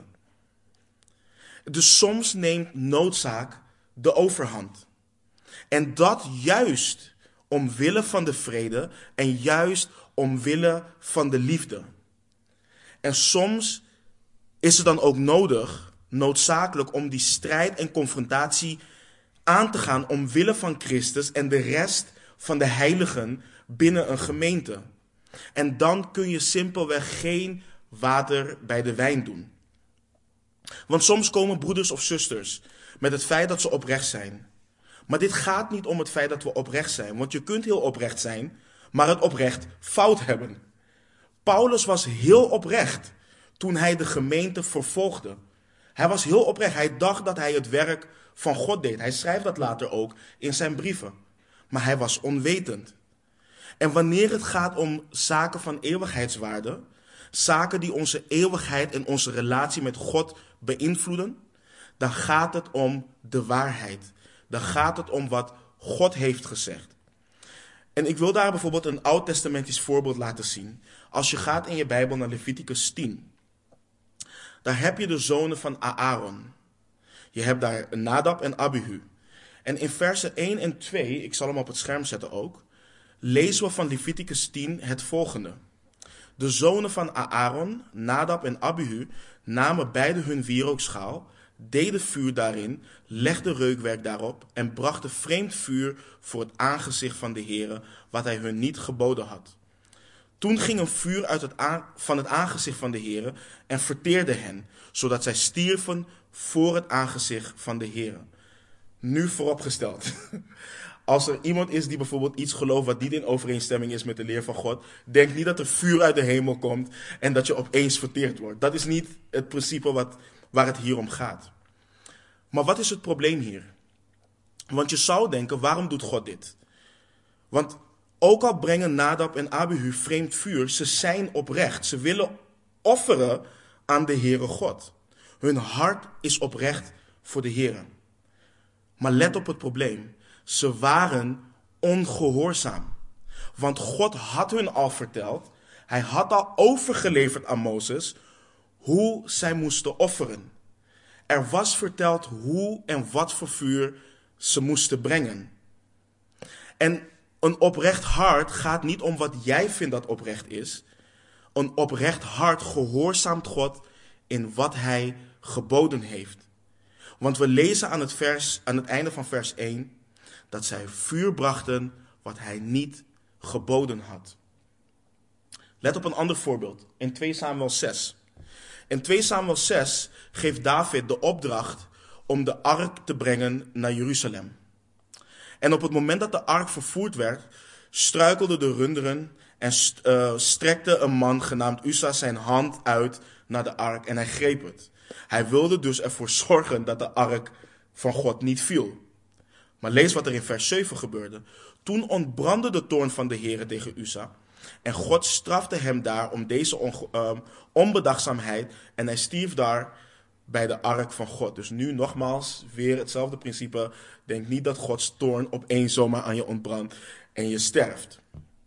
Dus soms neemt noodzaak de overhand. En dat juist omwille van de vrede en juist omwille van de liefde. En soms is het dan ook noodzakelijk om die strijd en confrontatie aan te gaan omwille van Christus en de rest van de heiligen binnen een gemeente. En dan kun je simpelweg geen water bij de wijn doen. Want soms komen broeders of zusters met het feit dat ze oprecht zijn. Maar dit gaat niet om het feit dat we oprecht zijn. Want je kunt heel oprecht zijn, maar het oprecht fout hebben. Paulus was heel oprecht toen hij de gemeente vervolgde. Hij was heel oprecht. Hij dacht dat hij het werk van God deed. Hij schrijft dat later ook in zijn brieven. Maar hij was onwetend. En wanneer het gaat om zaken van eeuwigheidswaarde, zaken die onze eeuwigheid en onze relatie met God beïnvloeden, dan gaat het om de waarheid. Dan gaat het om wat God heeft gezegd. En ik wil daar bijvoorbeeld een oud-testamentisch voorbeeld laten zien. Als je gaat in je Bijbel naar Leviticus 10, daar heb je de zonen van Aaron. Je hebt daar Nadab en Abihu. En in versen 1 en 2, ik zal hem op het scherm zetten ook, lezen we van Leviticus 10 het volgende. De zonen van Aaron, Nadab en Abihu, namen beide hun wierookschaal, deden vuur daarin, legden reukwerk daarop en brachten vreemd vuur voor het aangezicht van de Heere, wat hij hun niet geboden had. Toen ging een vuur van het aangezicht van de Heere en verteerde hen, zodat zij stierven voor het aangezicht van de Heere. Nu vooropgesteld, als er iemand is die bijvoorbeeld iets gelooft wat niet in overeenstemming is met de leer van God, denk niet dat er vuur uit de hemel komt en dat je opeens verteerd wordt. Dat is niet het principe waar het hier om gaat. Maar wat is het probleem hier? Want je zou denken, waarom doet God dit? Want ook al brengen Nadab en Abihu vreemd vuur, ze zijn oprecht. Ze willen offeren aan de Heere God. Hun hart is oprecht voor de Heere. Maar let op het probleem. Ze waren ongehoorzaam. Want God had hun al verteld, hij had al overgeleverd aan Mozes hoe zij moesten offeren. Er was verteld hoe en wat voor vuur ze moesten brengen. En een oprecht hart gaat niet om wat jij vindt dat oprecht is. Een oprecht hart gehoorzaamt God in wat hij geboden heeft. Want we lezen aan het einde van vers 1 dat zij vuur brachten wat hij niet geboden had. Let op een ander voorbeeld in 2 Samuel 6. In 2 Samuel 6 geeft David de opdracht om de ark te brengen naar Jeruzalem. En op het moment dat de ark vervoerd werd, struikelden de runderen en strekte een man genaamd Uza zijn hand uit naar de ark en hij greep het. Hij wilde dus ervoor zorgen dat de ark van God niet viel. Maar lees wat er in vers 7 gebeurde. Toen ontbrandde de toorn van de Heere tegen Uza. En God strafte hem daar om deze onbedachtzaamheid. En hij stierf daar bij de ark van God. Dus nu nogmaals weer hetzelfde principe. Denk niet dat Gods toorn opeens zomaar aan je ontbrandt en je sterft.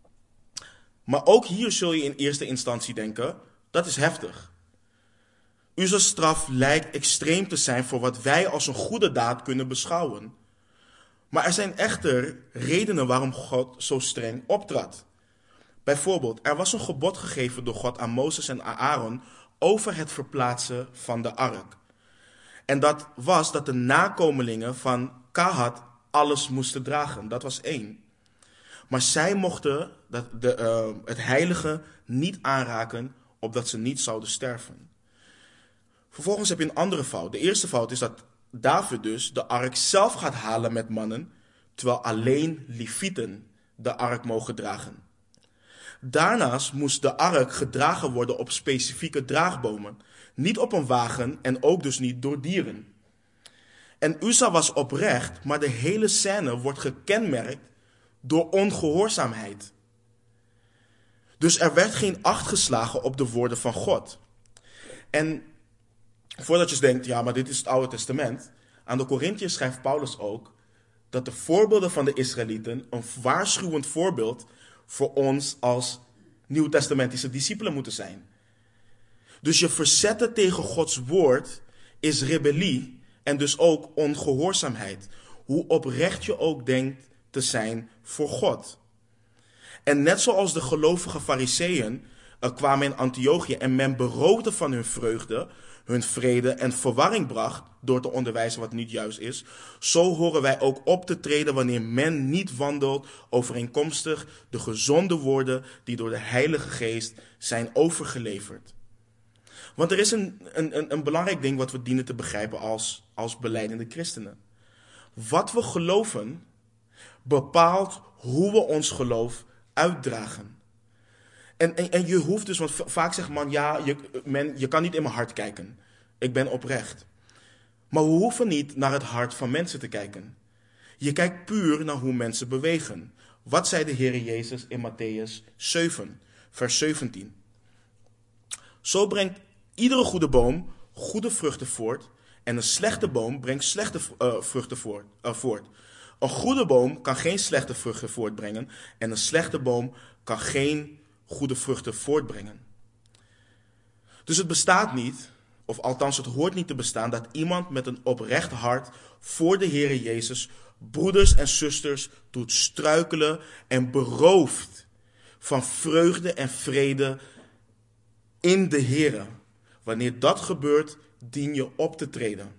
Maar ook hier zul je in eerste instantie denken, dat is heftig. Uza's straf lijkt extreem te zijn voor wat wij als een goede daad kunnen beschouwen. Maar er zijn echter redenen waarom God zo streng optrad. Bijvoorbeeld, er was een gebod gegeven door God aan Mozes en Aaron over het verplaatsen van de ark. En dat was dat de nakomelingen van Kahat alles moesten dragen. Dat was 1. Maar zij mochten het heilige niet aanraken, opdat ze niet zouden sterven. Vervolgens heb je een andere fout. De eerste fout is dat David dus de ark zelf gaat halen met mannen, terwijl alleen Levieten de ark mogen dragen. Daarnaast moest de ark gedragen worden op specifieke draagbomen, niet op een wagen en ook dus niet door dieren. En Uza was oprecht, maar de hele scène wordt gekenmerkt door ongehoorzaamheid. Dus er werd geen acht geslagen op de woorden van God. En voordat je denkt, ja, maar dit is het Oude Testament. Aan de Korinthiërs schrijft Paulus ook dat de voorbeelden van de Israëlieten een waarschuwend voorbeeld voor ons als nieuwtestamentische discipelen moeten zijn. Dus je verzetten tegen Gods woord is rebellie en dus ook ongehoorzaamheid. Hoe oprecht je ook denkt te zijn voor God. En net zoals de gelovige Farizeeën kwamen in Antiochië en men beroofde van hun vreugde, hun vrede en verwarring bracht door te onderwijzen wat niet juist is, zo horen wij ook op te treden wanneer men niet wandelt overeenkomstig de gezonde woorden die door de Heilige Geest zijn overgeleverd. Want er is een belangrijk ding wat we dienen te begrijpen als belijdende christenen. Wat we geloven bepaalt hoe we ons geloof uitdragen. En je hoeft dus, want vaak zegt man, ja, je kan niet in mijn hart kijken. Ik ben oprecht. Maar we hoeven niet naar het hart van mensen te kijken. Je kijkt puur naar hoe mensen bewegen. Wat zei de Heer Jezus in Mattheüs 7, vers 17? Zo brengt iedere goede boom goede vruchten voort en een slechte boom brengt slechte vruchten voort. Een goede boom kan geen slechte vruchten voortbrengen en een slechte boom kan geen goede vruchten voortbrengen. Dus het bestaat niet, of althans het hoort niet te bestaan, dat iemand met een oprecht hart voor de Heere Jezus broeders en zusters doet struikelen en berooft van vreugde en vrede in de Heere. Wanneer dat gebeurt, dien je op te treden.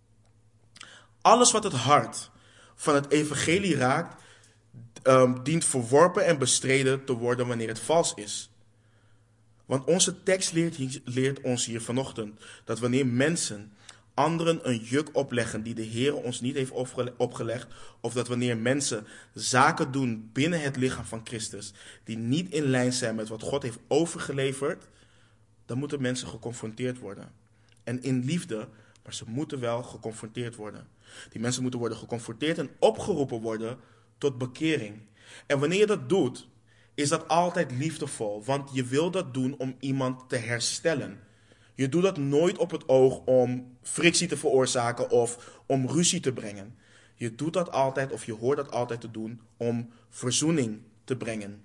Alles wat het hart van het evangelie raakt, dient verworpen en bestreden te worden wanneer het vals is. Want onze tekst leert ons hier vanochtend dat wanneer mensen anderen een juk opleggen die de Heer ons niet heeft opgelegd, of dat wanneer mensen zaken doen binnen het lichaam van Christus die niet in lijn zijn met wat God heeft overgeleverd, dan moeten mensen geconfronteerd worden. En in liefde, maar ze moeten wel geconfronteerd worden. Die mensen moeten worden geconfronteerd en opgeroepen worden tot bekering. En wanneer je dat doet, is dat altijd liefdevol. Want je wil dat doen om iemand te herstellen. Je doet dat nooit op het oog om frictie te veroorzaken of om ruzie te brengen. Je doet dat altijd, of je hoort dat altijd te doen, om verzoening te brengen.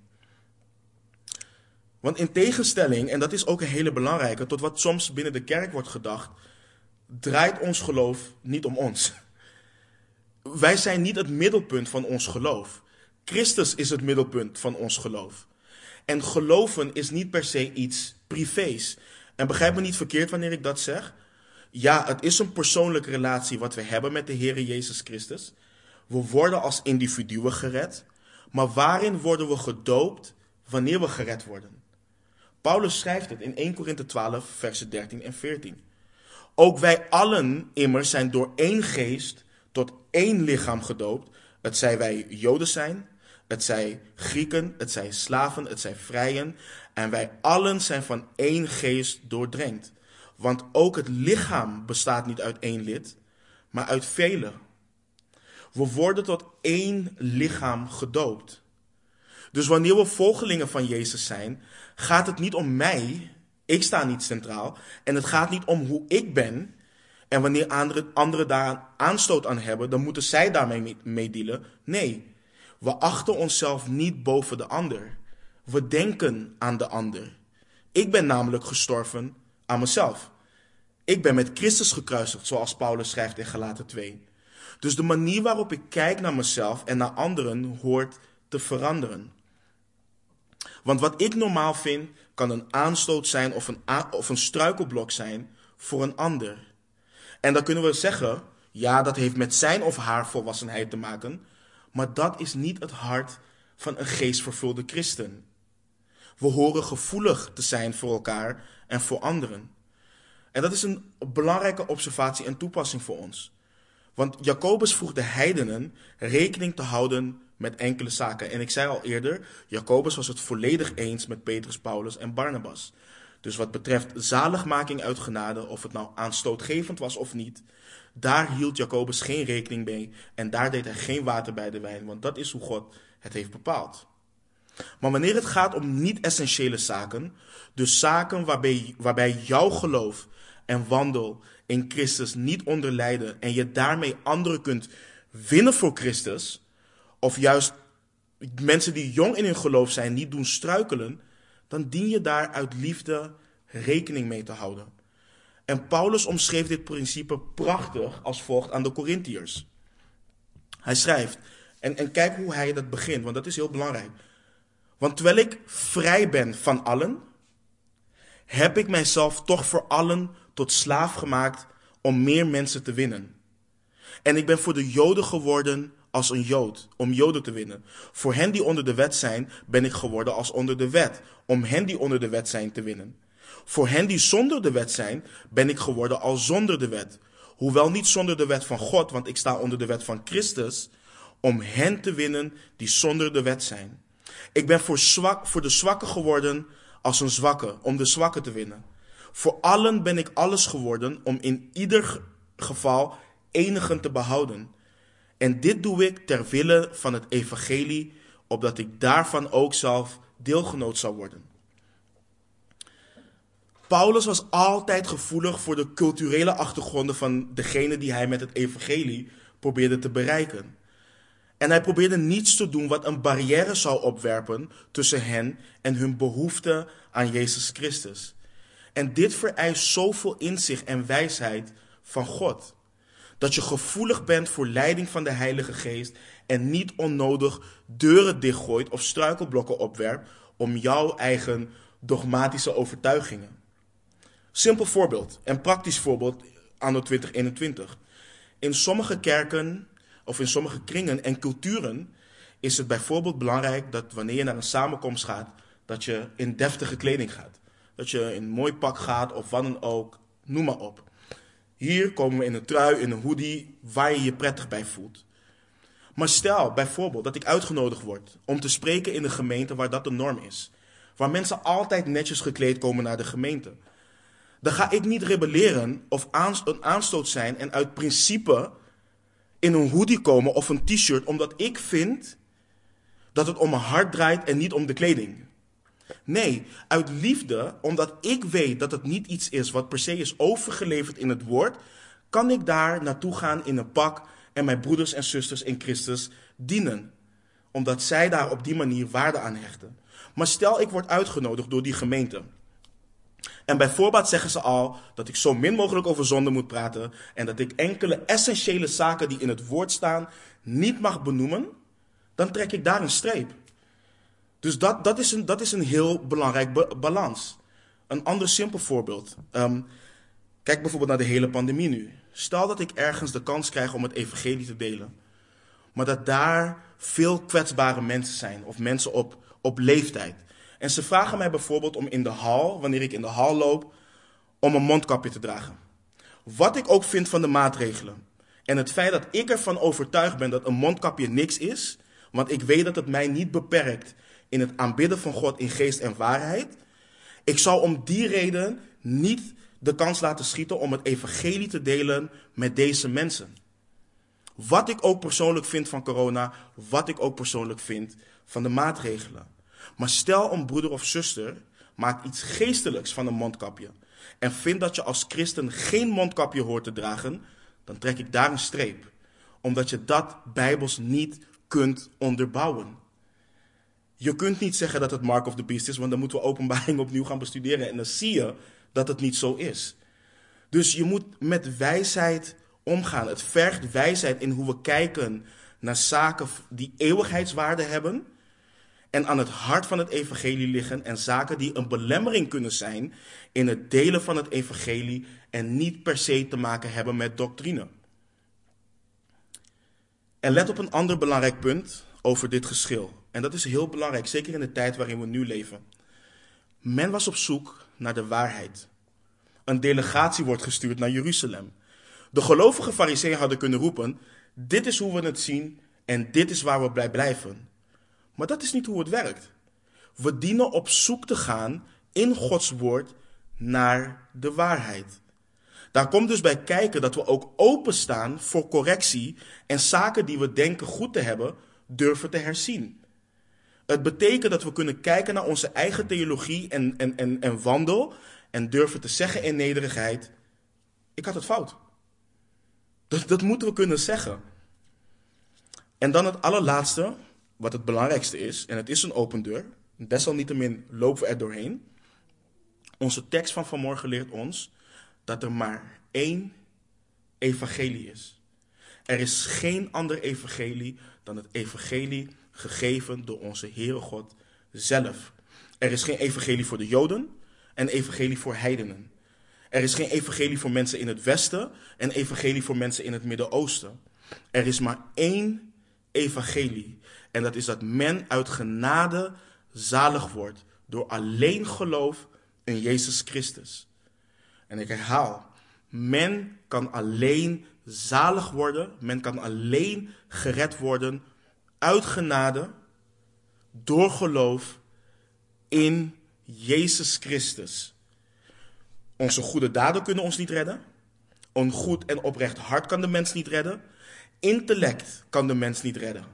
Want in tegenstelling, en dat is ook een hele belangrijke, tot wat soms binnen de kerk wordt gedacht, draait ons geloof niet om ons. Wij zijn niet het middelpunt van ons geloof. Christus is het middelpunt van ons geloof. En geloven is niet per se iets privés. En begrijp me niet verkeerd wanneer ik dat zeg. Ja, het is een persoonlijke relatie wat we hebben met de Heere Jezus Christus. We worden als individuen gered. Maar waarin worden we gedoopt wanneer we gered worden? Paulus schrijft het in 1 Korinthe 12, versen 13 en 14. Ook wij allen immers zijn door één geest tot één lichaam gedoopt. Het zij wij Joden zijn, het zij Grieken, het zij slaven, het zij vrijen. En wij allen zijn van één geest doordrenkt. Want ook het lichaam bestaat niet uit één lid, maar uit vele. We worden tot één lichaam gedoopt. Dus wanneer we volgelingen van Jezus zijn, gaat het niet om mij. Ik sta niet centraal. En het gaat niet om hoe ik ben. En wanneer anderen daar aanstoot aan hebben, dan moeten zij daarmee mee dealen. Nee, we achten onszelf niet boven de ander. We denken aan de ander. Ik ben namelijk gestorven aan mezelf. Ik ben met Christus gekruisigd, zoals Paulus schrijft in Galaten 2. Dus de manier waarop ik kijk naar mezelf en naar anderen hoort te veranderen. Want wat ik normaal vind, kan een aanstoot zijn of een struikelblok zijn voor een ander. En dan kunnen we zeggen, ja, dat heeft met zijn of haar volwassenheid te maken. Maar dat is niet het hart van een geestvervulde christen. We horen gevoelig te zijn voor elkaar en voor anderen. En dat is een belangrijke observatie en toepassing voor ons. Want Jacobus vroeg de heidenen rekening te houden met enkele zaken. En ik zei al eerder, Jacobus was het volledig eens met Petrus, Paulus en Barnabas. Dus wat betreft zaligmaking uit genade, of het nou aanstootgevend was of niet, daar hield Jacobus geen rekening mee en daar deed hij geen water bij de wijn, want dat is hoe God het heeft bepaald. Maar wanneer het gaat om niet-essentiële zaken, dus zaken waarbij jouw geloof en wandel in Christus niet onder lijden en je daarmee anderen kunt winnen voor Christus, of juist mensen die jong in hun geloof zijn niet doen struikelen, dan dien je daar uit liefde rekening mee te houden. En Paulus omschreef dit principe prachtig als volgt aan de Korintiërs. Hij schrijft, en kijk hoe hij dat begint, want dat is heel belangrijk. Want terwijl ik vrij ben van allen, heb ik mijzelf toch voor allen tot slaaf gemaakt om meer mensen te winnen. En ik ben voor de Joden geworden als een Jood, om Joden te winnen. Voor hen die onder de wet zijn, ben ik geworden als onder de wet, om hen die onder de wet zijn te winnen. Voor hen die zonder de wet zijn, ben ik geworden als zonder de wet. Hoewel niet zonder de wet van God, want ik sta onder de wet van Christus, om hen te winnen die zonder de wet zijn. Ik ben voor de zwakke geworden als een zwakke, om de zwakke te winnen. Voor allen ben ik alles geworden, om in ieder geval enigen te behouden. En dit doe ik ter wille van het evangelie, opdat ik daarvan ook zelf deelgenoot zou worden. Paulus was altijd gevoelig voor de culturele achtergronden van degene die hij met het evangelie probeerde te bereiken. En hij probeerde niets te doen wat een barrière zou opwerpen tussen hen en hun behoefte aan Jezus Christus. En dit vereist zoveel inzicht en wijsheid van God. Dat je gevoelig bent voor leiding van de Heilige Geest en niet onnodig deuren dichtgooit of struikelblokken opwerpt om jouw eigen dogmatische overtuigingen. Simpel voorbeeld en praktisch voorbeeld anno 2021. In sommige kerken of in sommige kringen en culturen is het bijvoorbeeld belangrijk dat wanneer je naar een samenkomst gaat, dat je in deftige kleding gaat. Dat je in een mooi pak gaat of wat dan ook, noem maar op. Hier komen we in een trui, in een hoodie, waar je je prettig bij voelt. Maar stel bijvoorbeeld dat ik uitgenodigd word om te spreken in een gemeente waar dat de norm is. Waar mensen altijd netjes gekleed komen naar de gemeente. Dan ga ik niet rebelleren of een aanstoot zijn en uit principe in een hoodie komen of een t-shirt, omdat ik vind dat het om mijn hart draait en niet om de kleding. Nee, uit liefde, omdat ik weet dat het niet iets is wat per se is overgeleverd in het woord, kan ik daar naartoe gaan in een pak en mijn broeders en zusters in Christus dienen. Omdat zij daar op die manier waarde aan hechten. Maar stel ik word uitgenodigd door die gemeente. En bijvoorbeeld zeggen ze al dat ik zo min mogelijk over zonde moet praten en dat ik enkele essentiële zaken die in het woord staan niet mag benoemen, dan trek ik daar een streep. Dus dat is een heel belangrijk balans. Een ander simpel voorbeeld. Kijk bijvoorbeeld naar de hele pandemie nu. Stel dat ik ergens de kans krijg om het evangelie te delen. Maar dat daar veel kwetsbare mensen zijn of mensen op leeftijd. En ze vragen mij bijvoorbeeld om in de hal, wanneer ik in de hal loop, om een mondkapje te dragen. Wat ik ook vind van de maatregelen. En het feit dat ik ervan overtuigd ben dat een mondkapje niks is, want ik weet dat het mij niet beperkt in het aanbidden van God in geest en waarheid. Ik zou om die reden niet de kans laten schieten om het evangelie te delen met deze mensen. Wat ik ook persoonlijk vind van corona, wat ik ook persoonlijk vind van de maatregelen. Maar stel een broeder of zuster maakt iets geestelijks van een mondkapje en vindt dat je als christen geen mondkapje hoort te dragen, dan trek ik daar een streep. Omdat je dat bijbels niet kunt onderbouwen. Je kunt niet zeggen dat het Mark of the Beast is, want dan moeten we Openbaring opnieuw gaan bestuderen en dan zie je dat het niet zo is. Dus je moet met wijsheid omgaan. Het vergt wijsheid in hoe we kijken naar zaken die eeuwigheidswaarde hebben en aan het hart van het evangelie liggen en zaken die een belemmering kunnen zijn in het delen van het evangelie en niet per se te maken hebben met doctrine. En let op een ander belangrijk punt over dit geschil. En dat is heel belangrijk, zeker in de tijd waarin we nu leven. Men was op zoek naar de waarheid. Een delegatie wordt gestuurd naar Jeruzalem. De gelovige fariseeën hadden kunnen roepen, dit is hoe we het zien En dit is waar we bij blijven. Maar dat is niet hoe het werkt. We dienen op zoek te gaan in Gods woord naar de waarheid. Daar komt dus bij kijken dat we ook openstaan voor correctie en zaken die we denken goed te hebben, durven te herzien. Het betekent dat we kunnen kijken naar onze eigen theologie en wandel en durven te zeggen in nederigheid, ik had het fout. Dat moeten we kunnen zeggen. En dan het allerlaatste, wat het belangrijkste is, en het is een open deur, desalniettemin lopen we er doorheen. Onze tekst van vanmorgen leert ons dat er maar één evangelie is. Er is geen ander evangelie dan het evangelie gegeven door onze Heere God zelf. Er is geen evangelie voor de Joden en evangelie voor heidenen. Er is geen evangelie voor mensen in het Westen en evangelie voor mensen in het Midden-Oosten. Er is maar één evangelie. En dat is dat men uit genade zalig wordt door alleen geloof in Jezus Christus. En ik herhaal, men kan alleen zalig worden, men kan alleen gered worden uit genade door geloof in Jezus Christus. Onze goede daden kunnen ons niet redden. Een goed en oprecht hart kan de mens niet redden. Intellect kan de mens niet redden.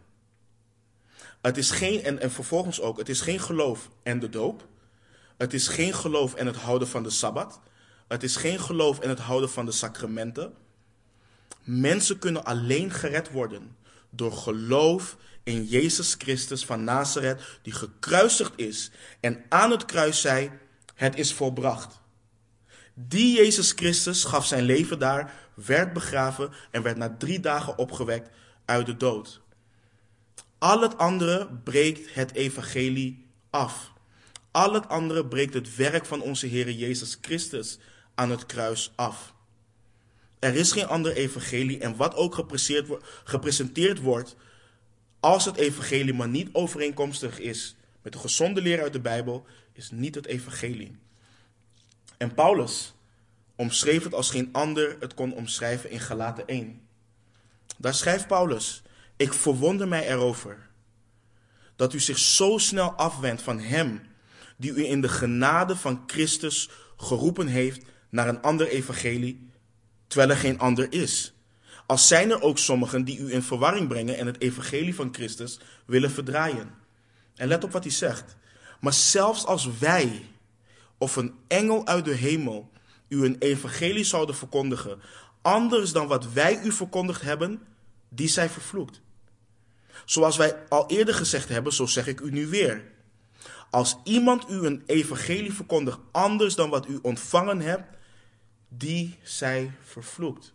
Het is geen, en vervolgens ook, het is geen geloof en de doop. Het is geen geloof en het houden van de Sabbat. Het is geen geloof en het houden van de sacramenten. Mensen kunnen alleen gered worden door geloof in Jezus Christus van Nazareth, die gekruisigd is en aan het kruis zei, het is volbracht. Die Jezus Christus gaf zijn leven daar, werd begraven en werd na 3 dagen opgewekt uit de dood. Al het andere breekt het evangelie af. Al het andere breekt het werk van onze Heer Jezus Christus aan het kruis af. Er is geen ander evangelie en wat ook gepresenteerd wordt als het evangelie maar niet overeenkomstig is met de gezonde leer uit de Bijbel, is niet het evangelie. En Paulus omschreef het als geen ander het kon omschrijven in Galaten 1. Daar schrijft Paulus, ik verwonder mij erover dat u zich zo snel afwendt van hem die u in de genade van Christus geroepen heeft naar een ander evangelie, terwijl er geen ander is. Als zijn er ook sommigen die u in verwarring brengen en het evangelie van Christus willen verdraaien. En let op wat hij zegt. Maar zelfs als wij of een engel uit de hemel u een evangelie zouden verkondigen, anders dan wat wij u verkondigd hebben, die zij vervloekt. Zoals wij al eerder gezegd hebben, zo zeg ik u nu weer. Als iemand u een evangelie verkondigt anders dan wat u ontvangen hebt, die zij vervloekt.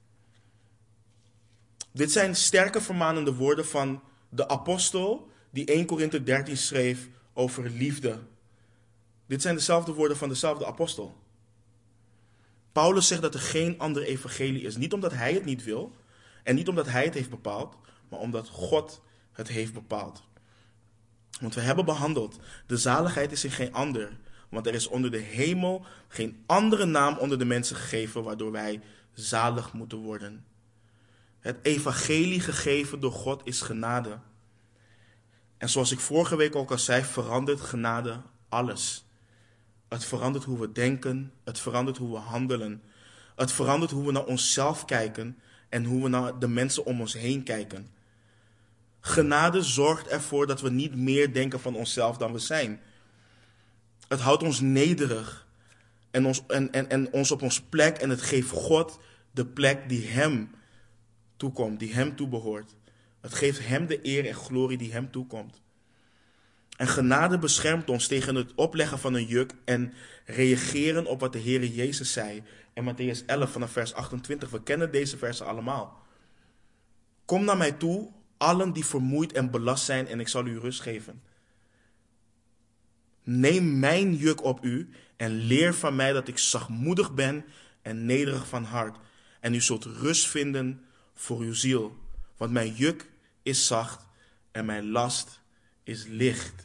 Dit zijn sterke vermanende woorden van de apostel die 1 Korinthe 13 schreef over liefde. Dit zijn dezelfde woorden van dezelfde apostel. Paulus zegt dat er geen ander evangelie is. Niet omdat hij het niet wil en niet omdat hij het heeft bepaald, maar omdat God het heeft bepaald. Want we hebben behandeld, de zaligheid is in geen ander. Want er is onder de hemel geen andere naam onder de mensen gegeven waardoor wij zalig moeten worden. Het evangelie gegeven door God is genade. En zoals ik vorige week ook al zei, verandert genade alles. Het verandert hoe we denken, het verandert hoe we handelen. Het verandert hoe we naar onszelf kijken en hoe we naar de mensen om ons heen kijken. Genade zorgt ervoor dat we niet meer denken van onszelf dan we zijn. Het houdt ons nederig en ons op onze plek en het geeft God de plek die hem toekomt, die hem toebehoort. Het geeft hem de eer en glorie die hem toekomt. En genade beschermt ons tegen het opleggen van een juk en reageren op wat de Heere Jezus zei. En Mattheüs 11 vanaf vers 28, we kennen deze versen allemaal. Kom naar mij toe, allen die vermoeid en belast zijn, en ik zal u rust geven. Neem mijn juk op u en leer van mij dat ik zachtmoedig ben en nederig van hart. En u zult rust vinden voor uw ziel. Want mijn juk is zacht en mijn last is licht.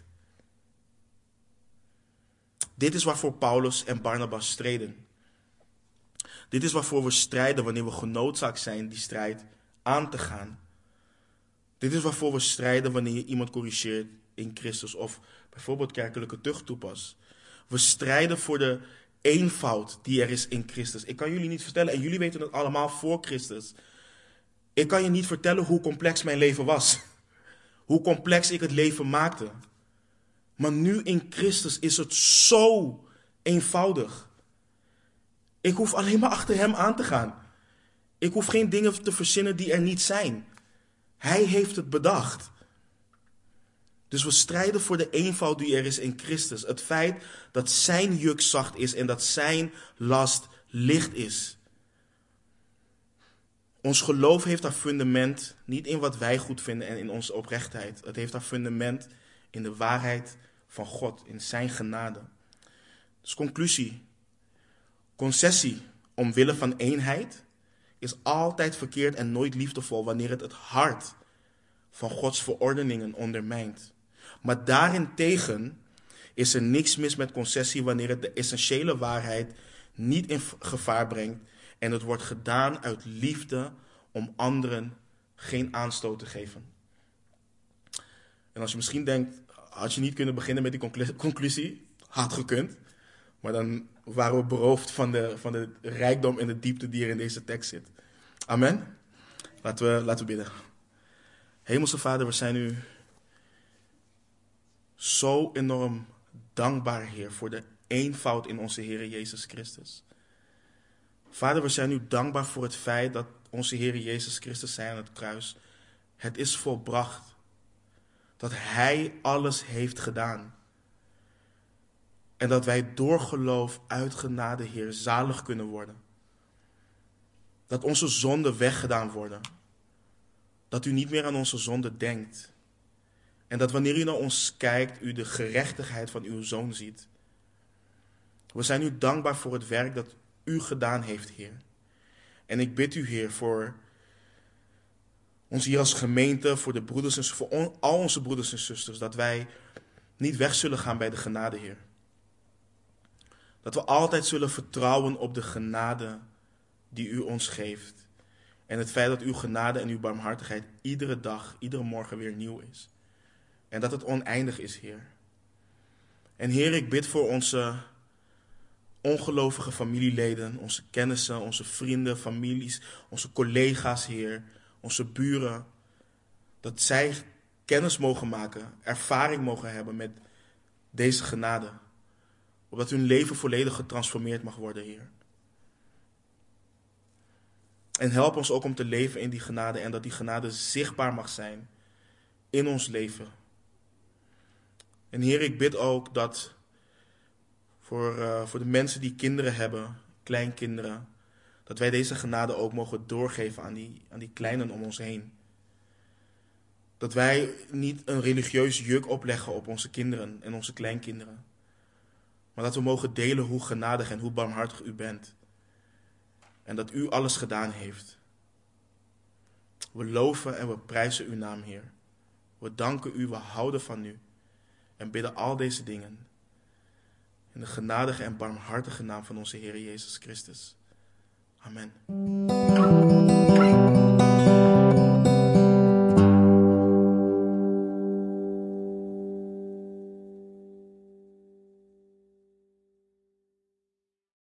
Dit is waarvoor Paulus en Barnabas streden. Dit is waarvoor we strijden wanneer we genoodzaakt zijn die strijd aan te gaan. Dit is waarvoor we strijden wanneer je iemand corrigeert in Christus of bijvoorbeeld kerkelijke tucht toepast. We strijden voor de eenvoud die er is in Christus. Ik kan jullie niet vertellen, en jullie weten het allemaal voor Christus. Ik kan je niet vertellen hoe complex mijn leven was. Hoe complex ik het leven maakte. Maar nu in Christus is het zo eenvoudig. Ik hoef alleen maar achter hem aan te gaan. Ik hoef geen dingen te verzinnen die er niet zijn. Hij heeft het bedacht. Dus we strijden voor de eenvoud die er is in Christus. Het feit dat zijn juk zacht is en dat zijn last licht is. Ons geloof heeft haar fundament niet in wat wij goed vinden en in onze oprechtheid. Het heeft haar fundament in de waarheid van God, in zijn genade. Dus conclusie. Concessie omwille van eenheid is altijd verkeerd en nooit liefdevol wanneer het hart van Gods verordeningen ondermijnt. Maar daarentegen is er niks mis met concessie wanneer het de essentiële waarheid niet in gevaar brengt en het wordt gedaan uit liefde om anderen geen aanstoot te geven. En als je misschien denkt, had je niet kunnen beginnen met die conclusie? Had gekund. Maar dan waren we beroofd van de rijkdom en de diepte die er in deze tekst zit. Amen. Laten we bidden. Hemelse Vader, we zijn u zo enorm dankbaar, Heer, voor de eenvoud in onze Heer Jezus Christus. Vader, we zijn u dankbaar voor het feit dat onze Heer Jezus Christus zei aan het kruis: het is volbracht. Dat Hij alles heeft gedaan. En dat wij door geloof uit genade, Heer, zalig kunnen worden. Dat onze zonden weggedaan worden. Dat u niet meer aan onze zonden denkt. En dat wanneer u naar ons kijkt, u de gerechtigheid van uw Zoon ziet. We zijn u dankbaar voor het werk dat u gedaan heeft, Heer. En ik bid u, Heer, voor ons hier als gemeente, voor de broeders en voor al onze broeders en zusters, dat wij niet weg zullen gaan bij de genade, Heer. Dat we altijd zullen vertrouwen op de genade die u ons geeft. En het feit dat uw genade en uw barmhartigheid iedere dag, iedere morgen weer nieuw is. En dat het oneindig is, Heer. En Heer, ik bid voor onze ongelovige familieleden, onze kennissen, onze vrienden, families, onze collega's, Heer, onze buren. Dat zij kennis mogen maken, ervaring mogen hebben met deze genade. Opdat hun leven volledig getransformeerd mag worden, Heer. En help ons ook om te leven in die genade en dat die genade zichtbaar mag zijn in ons leven. En Heer, ik bid ook dat voor de mensen die kinderen hebben, kleinkinderen, dat wij deze genade ook mogen doorgeven aan die kleinen om ons heen. Dat wij niet een religieus juk opleggen op onze kinderen en onze kleinkinderen. Maar dat we mogen delen hoe genadig en hoe barmhartig u bent. En dat u alles gedaan heeft. We loven en we prijzen uw naam, Heer. We danken u, we houden van u. En bidden al deze dingen. In de genadige en barmhartige naam van onze Heer Jezus Christus. Amen.